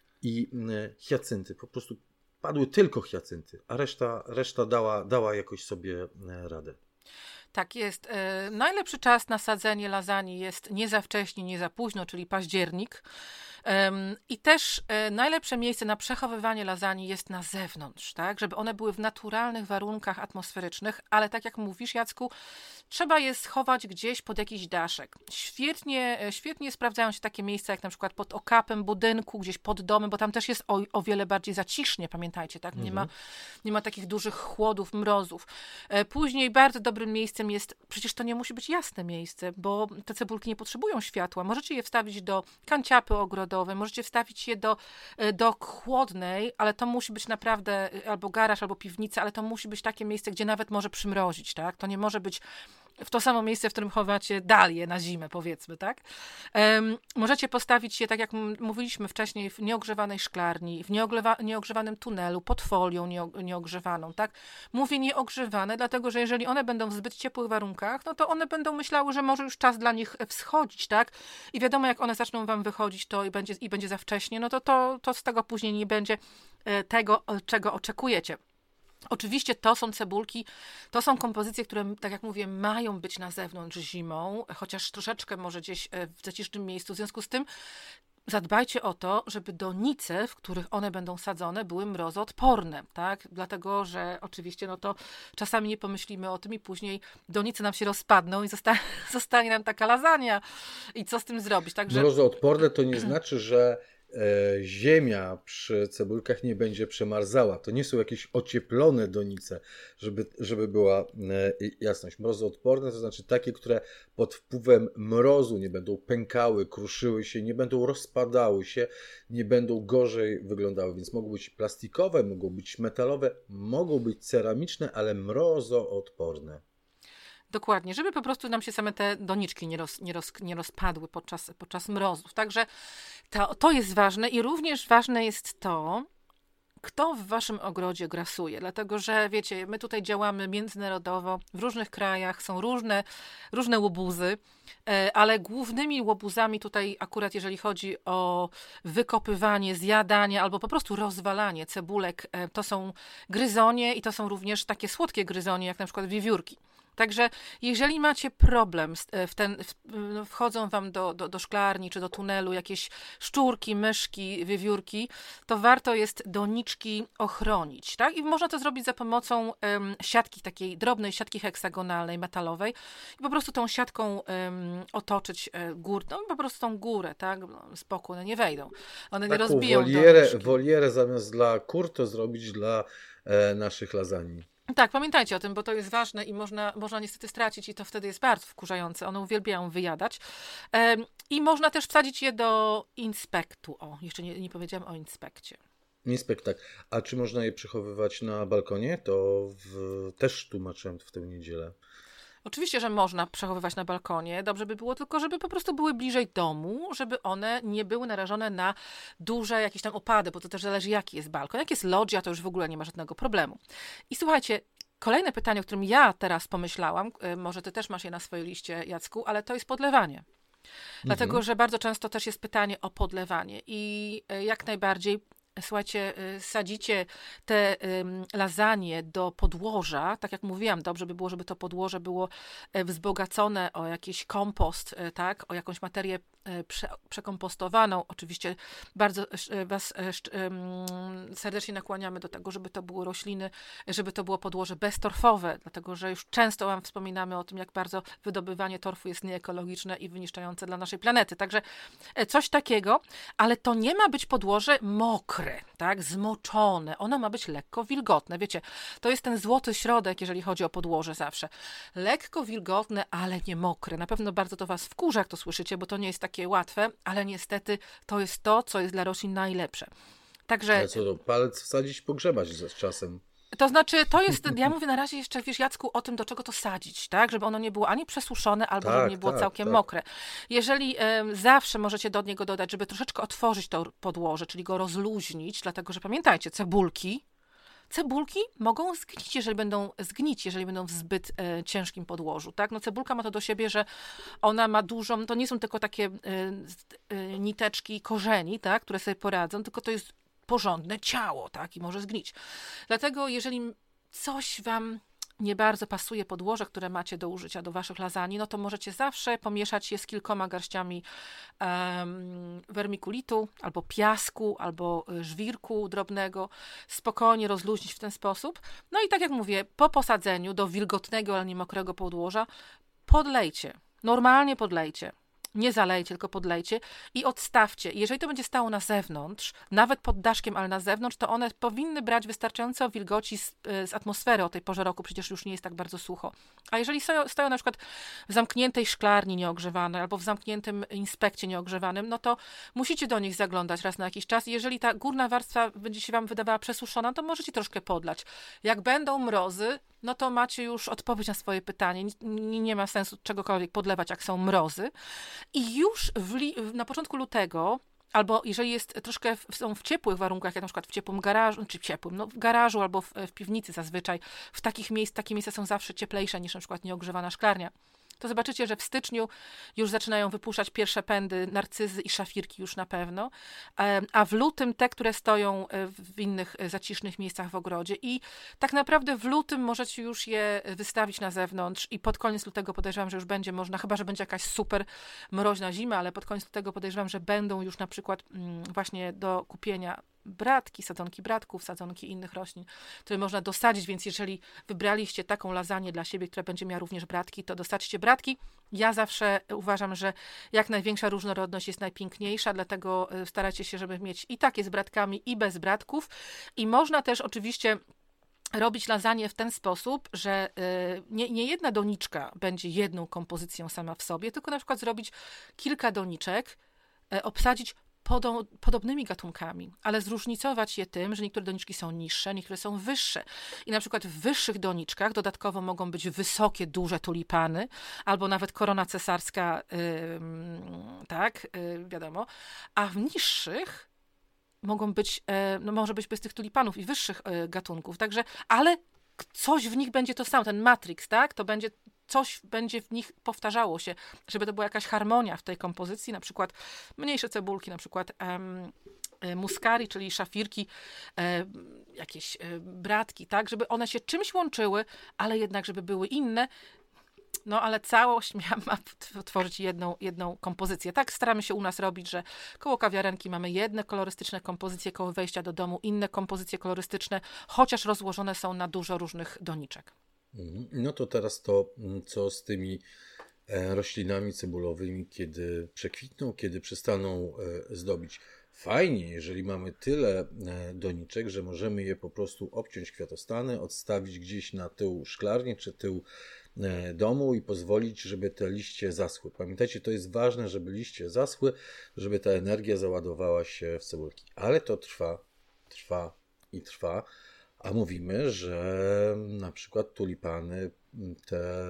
i hiacynty, po prostu padły tylko hiacynty, a reszta, reszta dała, dała jakoś sobie radę. Tak jest. E, najlepszy czas na sadzenie lasagne jest nie za wcześnie, nie za późno, czyli październik. Um, I też e, najlepsze miejsce na przechowywanie lasagne jest na zewnątrz, tak? Żeby one były w naturalnych warunkach atmosferycznych, ale tak jak mówisz, Jacku, trzeba je schować gdzieś pod jakiś daszek. Świetnie, świetnie sprawdzają się takie miejsca, jak na przykład pod okapem budynku, gdzieś pod domem, bo tam też jest o, o wiele bardziej zacisznie, pamiętajcie, tak? Nie, mhm. ma, nie ma takich dużych chłodów, mrozów. E, później bardzo dobrym miejscem jest, przecież to nie musi być jasne miejsce, bo te cebulki nie potrzebują światła. Możecie je wstawić do kanciapy ogrodowej, możecie wstawić je do, do chłodnej, ale to musi być naprawdę albo garaż, albo piwnica, ale to musi być takie miejsce, gdzie nawet może przymrozić, tak? To nie może być w to samo miejsce, w którym chowacie dalię na zimę, powiedzmy, tak? Um, możecie postawić je, tak jak m- mówiliśmy wcześniej, w nieogrzewanej szklarni, w nieoglewa- nieogrzewanym tunelu, pod folią nie- nieogrzewaną, tak? Mówię nieogrzewane, dlatego, że jeżeli one będą w zbyt ciepłych warunkach, no to one będą myślały, że może już czas dla nich wschodzić, tak? I wiadomo, jak one zaczną wam wychodzić, to i będzie, i będzie za wcześnie, no to, to, to z tego później nie będzie tego, czego oczekujecie. Oczywiście to są cebulki, to są kompozycje, które, tak jak mówię, mają być na zewnątrz zimą, chociaż troszeczkę może gdzieś w zacisznym miejscu. W związku z tym zadbajcie o to, żeby donice, w których one będą sadzone, były mrozoodporne, tak? Dlatego, że oczywiście no to czasami nie pomyślimy o tym i później donice nam się rozpadną i zosta- zostanie nam taka lasagna. I co z tym zrobić? Także... Mrozoodporne to nie znaczy, że E, ziemia przy cebulkach nie będzie przemarzała. To nie są jakieś ocieplone donice, żeby, żeby była e, jasność. Mrozoodporne to znaczy takie, które pod wpływem mrozu nie będą pękały, kruszyły się, nie będą rozpadały się, nie będą gorzej wyglądały. Więc mogą być plastikowe, mogą być metalowe, mogą być ceramiczne, ale mrozoodporne. Dokładnie, żeby po prostu nam się same te doniczki nie, roz, nie, roz, nie rozpadły podczas, podczas mrozów. Także to, to jest ważne i również ważne jest to, kto w waszym ogrodzie grasuje. Dlatego, że wiecie, my tutaj działamy międzynarodowo, w różnych krajach są różne, różne łobuzy, ale głównymi łobuzami tutaj akurat jeżeli chodzi o wykopywanie, zjadanie albo po prostu rozwalanie cebulek, to są gryzonie i to są również takie słodkie gryzonie, jak na przykład wiewiórki. Także jeżeli macie problem, w ten, w, wchodzą wam do, do, do szklarni czy do tunelu jakieś szczurki, myszki, wiewiórki, to warto jest doniczki ochronić, tak? I można to zrobić za pomocą um, siatki, takiej drobnej siatki heksagonalnej, metalowej i po prostu tą siatką um, otoczyć górę, no po prostu tą górę, tak? Z boku one nie wejdą, one Taką nie rozbiją wolierę, doniczki. wolierę zamiast dla kur to zrobić dla e, naszych lasagne. Tak, pamiętajcie o tym, bo to jest ważne i można, można niestety stracić i to wtedy jest bardzo wkurzające. One uwielbiają wyjadać. Um, I można też wsadzić je do inspektu. O, jeszcze nie, nie powiedziałam o inspekcie. Inspekt, tak. A czy można je przechowywać na balkonie? To w... też tłumaczyłem w tę niedzielę. Oczywiście, że można przechowywać na balkonie. Dobrze by było tylko, żeby po prostu były bliżej domu, żeby one nie były narażone na duże jakieś tam opady, bo to też zależy, jaki jest balkon. Jak jest loggia, to już w ogóle nie ma żadnego problemu. I słuchajcie, kolejne pytanie, o którym ja teraz pomyślałam, może ty też masz je na swojej liście, Jacku, ale to jest podlewanie. Dlatego, mhm. że bardzo często też jest pytanie o podlewanie i jak najbardziej słuchajcie, sadzicie te lasagne do podłoża, tak jak mówiłam, dobrze by było, żeby to podłoże było wzbogacone o jakiś kompost, tak, o jakąś materię prze, przekompostowaną. Oczywiście bardzo was serdecznie nakłaniamy do tego, żeby to były rośliny, żeby to było podłoże beztorfowe, dlatego, że już często wam wspominamy o tym, jak bardzo wydobywanie torfu jest nieekologiczne i wyniszczające dla naszej planety. Także coś takiego, ale to nie ma być podłoże mokre, tak, zmoczone. Ono ma być lekko wilgotne. Wiecie, to jest ten złoty środek, jeżeli chodzi o podłoże zawsze. Lekko wilgotne, ale nie mokre. Na pewno bardzo to was wkurza, jak to słyszycie, bo to nie jest takie łatwe, ale niestety to jest to, co jest dla roślin najlepsze. Także... Ale co, to palec wsadzić, pogrzebać z czasem. To znaczy, to jest, ja mówię na razie jeszcze, wiesz, Jacku, o tym, do czego to sadzić, tak? Żeby ono nie było ani przesuszone, albo tak, żeby nie było tak, całkiem tak. mokre. Jeżeli e, zawsze możecie do niego dodać, żeby troszeczkę otworzyć to podłoże, czyli go rozluźnić, dlatego, że pamiętajcie, cebulki, cebulki mogą zgnić, jeżeli będą zgnić, jeżeli będą w zbyt e, ciężkim podłożu, tak? No cebulka ma to do siebie, że ona ma dużą, to nie są tylko takie e, e, niteczki korzeni, tak? Które sobie poradzą, tylko to jest porządne ciało, tak, i może zgnić. Dlatego, jeżeli coś wam nie bardzo pasuje podłoże, które macie do użycia do waszych lasagne, no to możecie zawsze pomieszać je z kilkoma garściami um, wermikulitu, albo piasku, albo żwirku drobnego, spokojnie rozluźnić w ten sposób. No i tak jak mówię, po posadzeniu do wilgotnego, ale nie mokrego podłoża podlejcie, normalnie podlejcie. nie zalejcie, tylko podlejcie i odstawcie. Jeżeli to będzie stało na zewnątrz, nawet pod daszkiem, ale na zewnątrz, to one powinny brać wystarczająco wilgoci z, z atmosfery o tej porze roku, przecież już nie jest tak bardzo sucho. A jeżeli stoją, stoją na przykład w zamkniętej szklarni nieogrzewanej albo w zamkniętym inspekcie nieogrzewanym, no to musicie do nich zaglądać raz na jakiś czas. Jeżeli ta górna warstwa będzie się wam wydawała przesuszona, to możecie troszkę podlać. Jak będą mrozy, no to macie już odpowiedź na swoje pytanie. Nie, nie ma sensu czegokolwiek podlewać, jak są mrozy. I już w li, na początku lutego, albo jeżeli jest troszkę w, są w ciepłych warunkach, jak na przykład w ciepłym garażu, czy w ciepłym, no w garażu albo w, w piwnicy zazwyczaj, w takich miejsc, takie miejsca są zawsze cieplejsze niż na przykład nieogrzewana szklarnia, to zobaczycie, że w styczniu już zaczynają wypuszczać pierwsze pędy, narcyzy i szafirki już na pewno, a w lutym te, które stoją w innych zacisznych miejscach w ogrodzie i tak naprawdę w lutym możecie już je wystawić na zewnątrz i pod koniec lutego podejrzewam, że już będzie można, chyba że będzie jakaś super mroźna zima, ale pod koniec lutego podejrzewam, że będą już na przykład właśnie do kupienia bratki, sadzonki bratków, sadzonki innych roślin, które można dosadzić, więc jeżeli wybraliście taką lasagne dla siebie, która będzie miała również bratki, to dosadźcie bratki. Ja zawsze uważam, że jak największa różnorodność jest najpiękniejsza, dlatego starajcie się, żeby mieć i takie z bratkami, i bez bratków. I można też oczywiście robić lasagne w ten sposób, że nie, nie jedna doniczka będzie jedną kompozycją sama w sobie, tylko na przykład zrobić kilka doniczek, obsadzić Podo, podobnymi gatunkami, ale zróżnicować je tym, że niektóre doniczki są niższe, niektóre są wyższe. I na przykład w wyższych doniczkach dodatkowo mogą być wysokie, duże tulipany, albo nawet korona cesarska, yy, tak, yy, wiadomo, a w niższych mogą być, yy, no może być bez tych tulipanów i wyższych yy, gatunków, także, ale coś w nich będzie to samo, ten matrix, tak, to będzie coś będzie w nich powtarzało się, żeby to była jakaś harmonia w tej kompozycji, na przykład mniejsze cebulki, na przykład um, muskari, czyli szafirki, um, jakieś um, bratki, tak, żeby one się czymś łączyły, ale jednak, żeby były inne, no ale całość ma, ma tworzyć jedną, jedną kompozycję. Tak staramy się u nas robić, że koło kawiarenki mamy jedne kolorystyczne kompozycje, koło wejścia do domu inne kompozycje kolorystyczne, chociaż rozłożone są na dużo różnych doniczek. No to teraz to, co z tymi roślinami cebulowymi, kiedy przekwitną, kiedy przestaną zdobić. Fajnie, jeżeli mamy tyle doniczek, że możemy je po prostu obciąć kwiatostany, odstawić gdzieś na tył szklarni czy tył domu i pozwolić, żeby te liście zaschły. Pamiętajcie, to jest ważne, żeby liście zaschły, żeby ta energia załadowała się w cebulki. Ale to trwa, trwa i trwa. A mówimy, że na przykład tulipany, te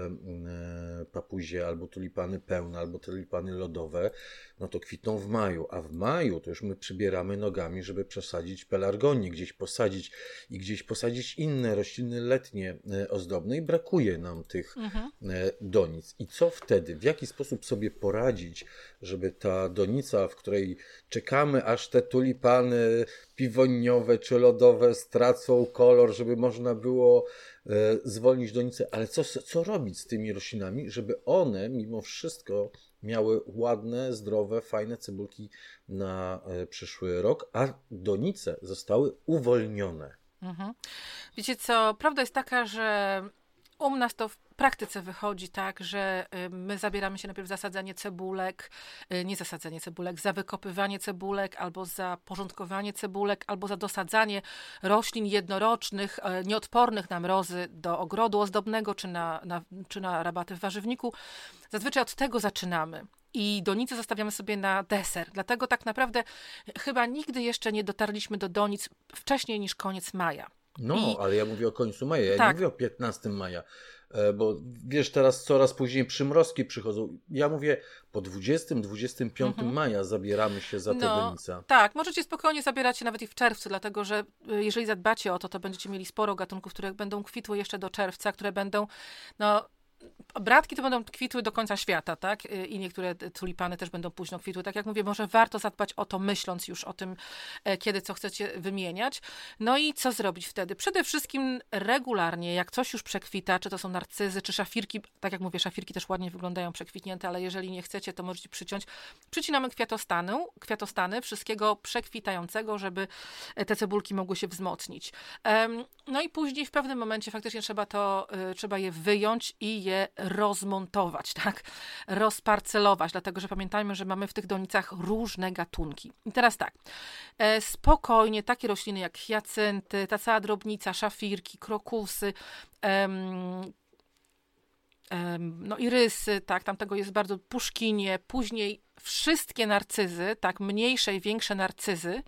papuzie, albo tulipany pełne, albo tulipany lodowe, no to kwitną w maju, a w maju to już my przybieramy nogami, żeby przesadzić pelargonię, gdzieś posadzić i gdzieś posadzić inne rośliny letnie ozdobne i brakuje nam tych mhm. donic. I co wtedy? W jaki sposób sobie poradzić, żeby ta donica, w której czekamy, aż te tulipany piwoniowe czy lodowe stracą kolor, żeby można było zwolnić donicę, ale co, co robić z tymi roślinami, żeby one mimo wszystko miały ładne, zdrowe, fajne cebulki na przyszły rok, a donice zostały uwolnione. Mhm. Wiecie co, prawda jest taka, że u nas to w praktyce wychodzi tak, że my zabieramy się najpierw za sadzenie cebulek, nie za sadzenie cebulek, za wykopywanie cebulek, albo za porządkowanie cebulek, albo za dosadzanie roślin jednorocznych, nieodpornych na mrozy do ogrodu ozdobnego, czy na, na, czy na rabaty w warzywniku. Zazwyczaj od tego zaczynamy. I donice zostawiamy sobie na deser. Dlatego tak naprawdę chyba nigdy jeszcze nie dotarliśmy do donic wcześniej niż koniec maja. No, I... ale ja mówię o końcu maja, ja tak. nie mówię o piętnastego maja, bo wiesz, teraz coraz później przymrozki przychodzą. Ja mówię, po dwudziestego, dwudziestego piątego mhm. maja zabieramy się za te no, donice. Tak, możecie spokojnie zabierać się nawet i w czerwcu, dlatego że jeżeli zadbacie o to, to będziecie mieli sporo gatunków, które będą kwitły jeszcze do czerwca, które będą, no... Bratki to będą kwitły do końca świata, tak? I niektóre tulipany też będą późno kwitły. Tak jak mówię, może warto zadbać o to, myśląc już o tym, kiedy co chcecie wymieniać. No i co zrobić wtedy? Przede wszystkim regularnie, jak coś już przekwita, czy to są narcyzy, czy szafirki, tak jak mówię, szafirki też ładnie wyglądają przekwitnięte, ale jeżeli nie chcecie, to możecie przyciąć. Przycinamy kwiatostany, kwiatostany wszystkiego przekwitającego, żeby te cebulki mogły się wzmocnić. No i później w pewnym momencie faktycznie trzeba to, trzeba je wyjąć i je rozmontować, tak? Rozparcelować, dlatego że pamiętajmy, że mamy w tych donicach różne gatunki. I teraz tak, e, spokojnie takie rośliny jak hiacynty, ta cała drobnica, szafirki, krokusy, em, em, no irysy, tak, tam tego jest bardzo, puszkinie, później wszystkie narcyzy, tak, mniejsze i większe narcyzy,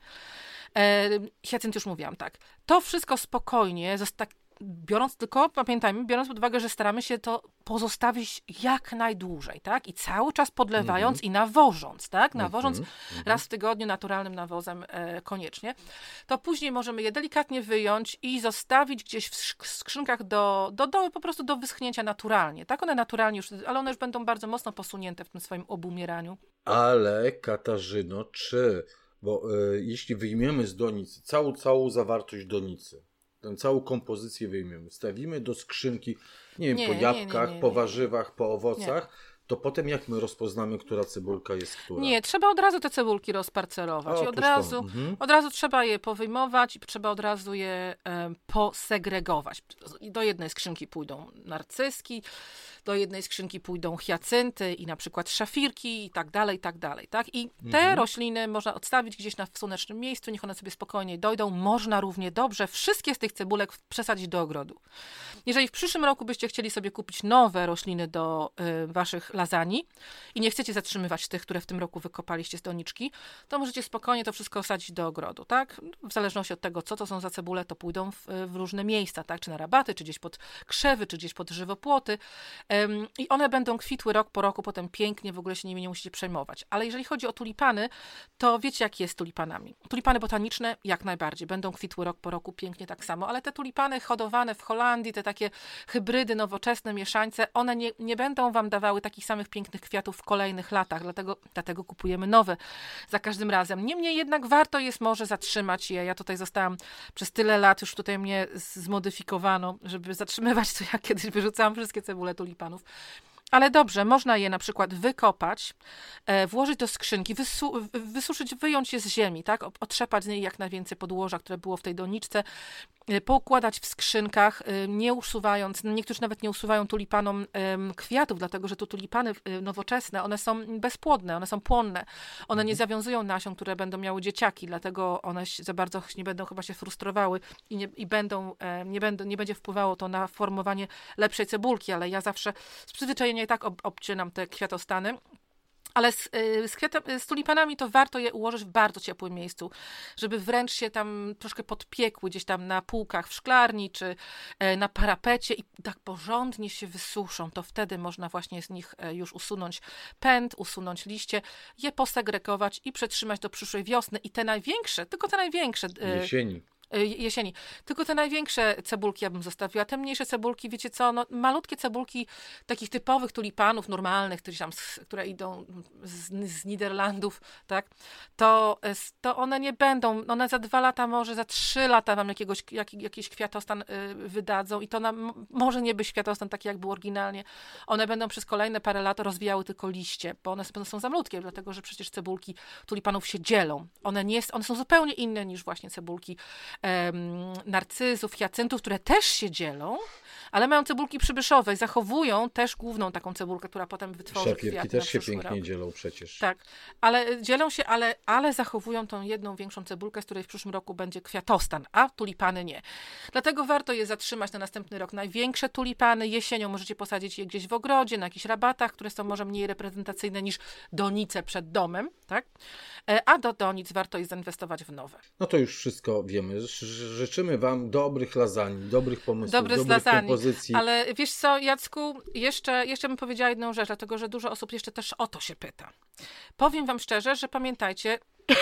e, hiacynt już mówiłam, tak, to wszystko spokojnie, zosta- biorąc tylko, pamiętajmy, biorąc pod uwagę, że staramy się to pozostawić jak najdłużej, tak? I cały czas podlewając mm-hmm. i nawożąc, tak? Nawożąc mm-hmm. raz w tygodniu naturalnym nawozem e, koniecznie, to później możemy je delikatnie wyjąć i zostawić gdzieś w skrzynkach do, do dołu, po prostu do wyschnięcia naturalnie, tak? One naturalnie już, ale one już będą bardzo mocno posunięte w tym swoim obumieraniu. Ale Katarzyno, czy, bo e, jeśli wyjmiemy z donicy całą, całą zawartość donicy, tę całą kompozycję wyjmiemy, stawimy do skrzynki, nie wiem, nie, po jabłkach, nie, nie, nie, po warzywach, po owocach, nie. to potem jak my rozpoznamy, która cebulka jest która? Nie, trzeba od razu te cebulki rozparcelować. O, I od razu, mhm. od razu trzeba je powyjmować i trzeba od razu je e, posegregować. Do jednej skrzynki pójdą narcyzki, do jednej skrzynki pójdą hiacynty i na przykład szafirki i tak dalej, i tak dalej. Tak? I te mhm. rośliny można odstawić gdzieś na słonecznym miejscu, niech one sobie spokojnie dojdą. Można równie dobrze wszystkie z tych cebulek przesadzić do ogrodu. Jeżeli w przyszłym roku byście chcieli sobie kupić nowe rośliny do y, waszych lasagne i nie chcecie zatrzymywać tych, które w tym roku wykopaliście z doniczki, to możecie spokojnie to wszystko osadzić do ogrodu, tak? W zależności od tego, co to są za cebule, to pójdą w, w różne miejsca, tak? Czy na rabaty, czy gdzieś pod krzewy, czy gdzieś pod żywopłoty. Ym, I one będą kwitły rok po roku, potem pięknie, w ogóle się nimi nie musicie przejmować. Ale jeżeli chodzi o tulipany, to wiecie, jak jest z tulipanami. Tulipany botaniczne jak najbardziej będą kwitły rok po roku, pięknie tak samo, ale te tulipany hodowane w Holandii, te takie hybrydy, nowoczesne, mieszańce, one nie, nie będą wam dawały takich samych pięknych kwiatów w kolejnych latach, dlatego, dlatego kupujemy nowe za każdym razem. Niemniej jednak warto jest może zatrzymać je. Ja tutaj zostałam przez tyle lat, już tutaj mnie zmodyfikowano, żeby zatrzymywać, to ja kiedyś wyrzucałam wszystkie cebule tulipanów. Ale dobrze, można je na przykład wykopać, e, włożyć do skrzynki, wysu- wysuszyć, wyjąć je z ziemi, tak? Otrzepać z niej jak najwięcej podłoża, które było w tej doniczce, e, poukładać w skrzynkach, e, nie usuwając, no niektórzy nawet nie usuwają tulipanom e, kwiatów, dlatego że to tulipany e, nowoczesne, one są bezpłodne, one są płonne, one nie zawiązują nasion, które będą miały dzieciaki, dlatego one za bardzo nie będą chyba się frustrowały i, nie, i będą, e, nie, będą, nie będzie wpływało to na formowanie lepszej cebulki, ale ja zawsze z przyzwyczajenia i tak ob, obcinam te kwiatostany. Ale z, z, kwiatem, z tulipanami to warto je ułożyć w bardzo ciepłym miejscu, żeby wręcz się tam troszkę podpiekły gdzieś tam na półkach w szklarni czy na parapecie i tak porządnie się wysuszą. To wtedy można właśnie z nich już usunąć pęd, usunąć liście, je posegregować i przetrzymać do przyszłej wiosny. I te największe, tylko te największe... Jesieni. jesieni. Tylko te największe cebulki ja bym zostawiła. Te mniejsze cebulki, wiecie co, no, malutkie cebulki takich typowych tulipanów normalnych, które, tam, które idą z, z Niderlandów, tak, to, to one nie będą, one za dwa lata, może za trzy lata wam jakiegoś, jak, jakiś kwiatostan y, wydadzą i to nam, może nie być kwiatostan taki, jak był oryginalnie. One będą przez kolejne parę lat rozwijały tylko liście, bo one są za malutkie, dlatego, że przecież cebulki tulipanów się dzielą. One, nie, one są zupełnie inne niż właśnie cebulki narcyzów, hiacyntów, które też się dzielą, ale mają cebulki przybyszowe i zachowują też główną taką cebulkę, która potem wytworzy kwiaty. Szafirki też się pięknie rok. dzielą przecież. Tak, ale dzielą się, ale, ale zachowują tą jedną większą cebulkę, z której w przyszłym roku będzie kwiatostan, a tulipany nie. Dlatego warto je zatrzymać na następny rok. Największe tulipany jesienią możecie posadzić je gdzieś w ogrodzie, na jakichś rabatach, które są może mniej reprezentacyjne niż donice przed domem, tak? A do donic warto jest zainwestować w nowe. No to już wszystko wiemy. Życzymy wam dobrych lasagne, dobrych pomysłów, Dobry dobrych lasagne, kompozycji. Ale wiesz co, Jacku, jeszcze, jeszcze bym powiedziała jedną rzecz, dlatego że dużo osób jeszcze też o to się pyta. Powiem wam szczerze, że pamiętajcie,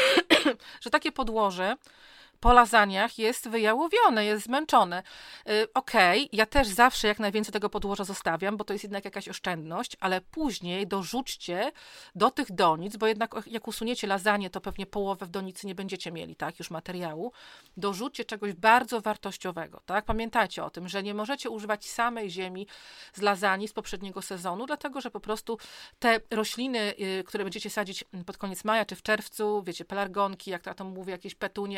że takie podłoże po lasagnach jest wyjałowione, jest zmęczone. Yy, Okej, okay, ja też zawsze jak najwięcej tego podłoża zostawiam, bo to jest jednak jakaś oszczędność, ale później dorzućcie do tych donic, bo jednak jak usuniecie lasagne, to pewnie połowę w donicy nie będziecie mieli, tak, już materiału. Dorzućcie czegoś bardzo wartościowego, tak? Pamiętajcie o tym, że nie możecie używać samej ziemi z lasagne z poprzedniego sezonu, dlatego, że po prostu te rośliny, yy, które będziecie sadzić pod koniec maja czy w czerwcu, wiecie, pelargonki, jak to, to mówię, jakieś petunie, one są bardzo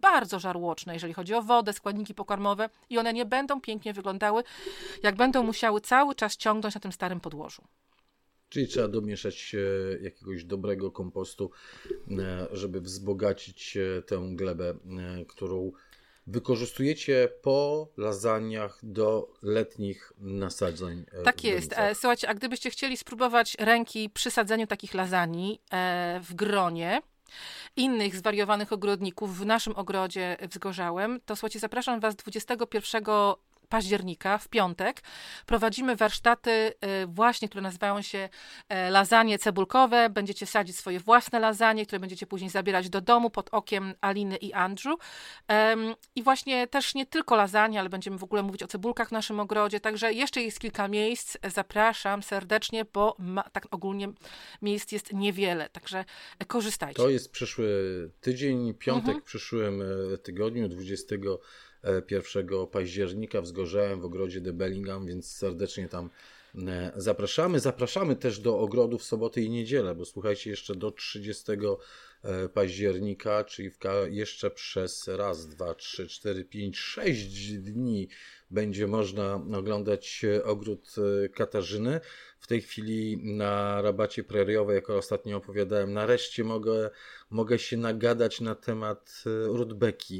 bardzo żarłoczne, jeżeli chodzi o wodę, składniki pokarmowe i one nie będą pięknie wyglądały, jak będą musiały cały czas ciągnąć na tym starym podłożu. Czyli trzeba domieszać jakiegoś dobrego kompostu, żeby wzbogacić tę glebę, którą wykorzystujecie po lasagnach do letnich nasadzeń. Tak jest. Słuchajcie, a gdybyście chcieli spróbować ręki przy sadzeniu takich lasagni w gronie innych zwariowanych ogrodników w naszym ogrodzie w Zgorzałem, to słuchajcie, zapraszam Was dwudziestego pierwszego października, w piątek, prowadzimy warsztaty właśnie, które nazywają się lasagne cebulkowe. Będziecie sadzić swoje własne lasagne, które będziecie później zabierać do domu pod okiem Aliny i Andrew. I właśnie też nie tylko lasagne, ale będziemy w ogóle mówić o cebulkach w naszym ogrodzie. Także jeszcze jest kilka miejsc. Zapraszam serdecznie, bo ma, tak ogólnie miejsc jest niewiele. Także korzystajcie. To jest przyszły tydzień, piątek Mhm. w przyszłym tygodniu, dwudziestego pierwszego października w Zgorzałem w ogrodzie The Bellingham, więc serdecznie tam zapraszamy. Zapraszamy też do ogrodu w soboty i niedzielę, bo słuchajcie, jeszcze do trzydziestego października, czyli w ka- jeszcze przez raz, dwa, trzy, cztery, pięć, sześć dni będzie można oglądać ogród Katarzyny. W tej chwili na rabacie preriowej, jak ostatnio opowiadałem, nareszcie mogę, mogę się nagadać na temat rudbeki,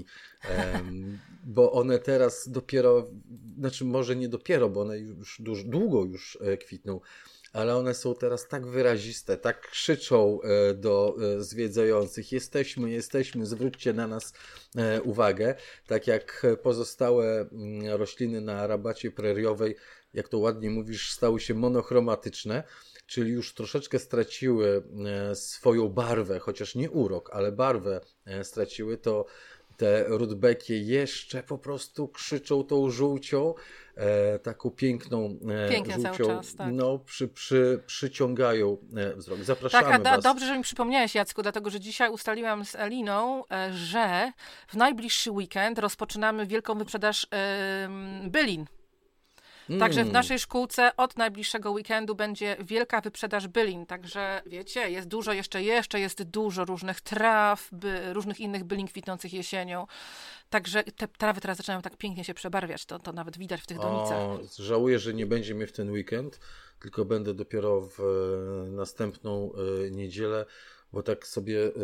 bo one teraz dopiero, znaczy może nie dopiero, bo one już dużo, długo już kwitną, ale one są teraz tak wyraziste, tak krzyczą do zwiedzających: jesteśmy, jesteśmy, zwróćcie na nas uwagę. Tak jak pozostałe rośliny na rabacie preriowej, jak to ładnie mówisz, stały się monochromatyczne, czyli już troszeczkę straciły swoją barwę, chociaż nie urok, ale barwę straciły, to te rudbekie jeszcze po prostu krzyczą tą żółcią, e, taką piękną e, Piękne żółcią, cały czas, tak. no, przy, przy, przyciągają e, wzrok. Zapraszamy Tak, a da, Was. dobrze, że mi przypomniałeś, Jacku, dlatego że dzisiaj ustaliłam z Eliną, e, że w najbliższy weekend rozpoczynamy wielką wyprzedaż e, bylin. Także w Mm. naszej szkółce od najbliższego weekendu będzie wielka wyprzedaż bylin. Także wiecie, jest dużo, jeszcze, jeszcze jest dużo różnych traw, by, różnych innych bylin kwitnących jesienią. Także te trawy teraz zaczynają tak pięknie się przebarwiać. To, to nawet widać w tych donicach. O, żałuję, że nie będzie mnie w ten weekend, tylko będę dopiero w e, następną e, niedzielę, bo tak sobie e,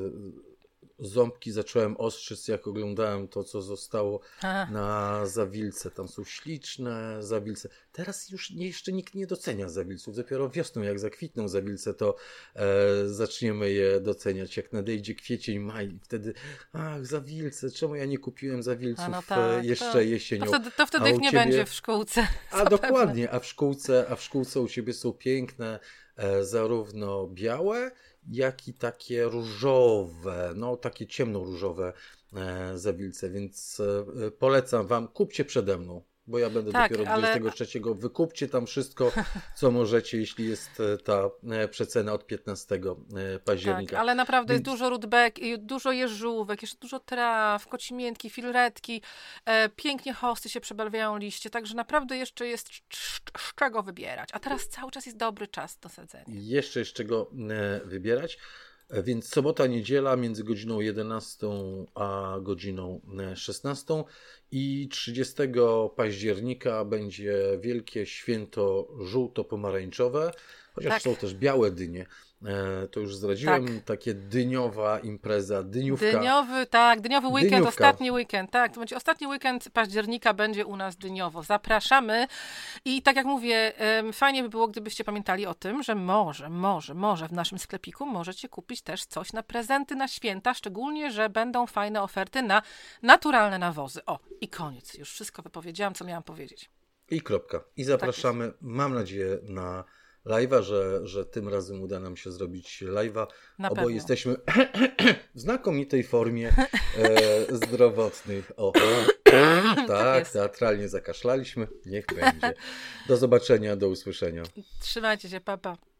ząbki zacząłem ostrzyc, jak oglądałem to, co zostało Aha. na zawilce. Tam są śliczne zawilce. Teraz już nie, jeszcze nikt nie docenia zawilców. Dopiero wiosną, jak zakwitną zawilce, to e, zaczniemy je doceniać. Jak nadejdzie kwiecień, maj, wtedy ach, zawilce, czemu ja nie kupiłem zawilców A no e, tak, jeszcze to, jesienią? To wtedy, to wtedy A ich u nie ciebie- będzie w szkółce. A zapewne. dokładnie, a w szkółce, a w szkółce u Ciebie są piękne, e, zarówno białe, jak i takie różowe, no takie ciemnoróżowe e, zawilce, więc e, polecam Wam, kupcie przede mną, bo ja będę Tak, dopiero ale- dwudziestego trzeciego. Wykupcie tam wszystko, co możecie, jeśli jest e, ta e, przecena od piętnastego października. Tak, ale naprawdę jest Więc- dużo rudbek, i dużo jeżówek, jeszcze dużo traw, kocimiętki, filretki. E, pięknie hosty się przebarwiają liście, także naprawdę jeszcze jest z, z czego wybierać. A teraz cały czas jest dobry czas do sadzenia. Jeszcze jest czego e, wybierać. E, Więc sobota, niedziela między godziną jedenastą a godziną e, szesnastą i trzydziestego października będzie wielkie święto żółto-pomarańczowe, chociaż Tak. są też białe dynie. E, To już zdradziłem, Tak. takie dyniowa impreza, dyniówka. Dyniowy, tak, dyniowy weekend, Dyniówka. ostatni weekend, tak, to będzie ostatni weekend października, będzie u nas dyniowo. Zapraszamy i tak jak mówię, em, fajnie by było, gdybyście pamiętali o tym, że może, może, może w naszym sklepiku możecie kupić też coś na prezenty na święta, szczególnie, że będą fajne oferty na naturalne nawozy. O, i koniec, już wszystko wypowiedziałam, co miałam powiedzieć. I kropka. I zapraszamy, mam nadzieję, na live'a, że, że tym razem uda nam się zrobić live'a. Na Oboje pewno. jesteśmy w znakomitej formie e, zdrowotnej. O, tak, jest. teatralnie zakaszlaliśmy. Niech będzie. Do zobaczenia, do usłyszenia. Trzymajcie się, pa, pa.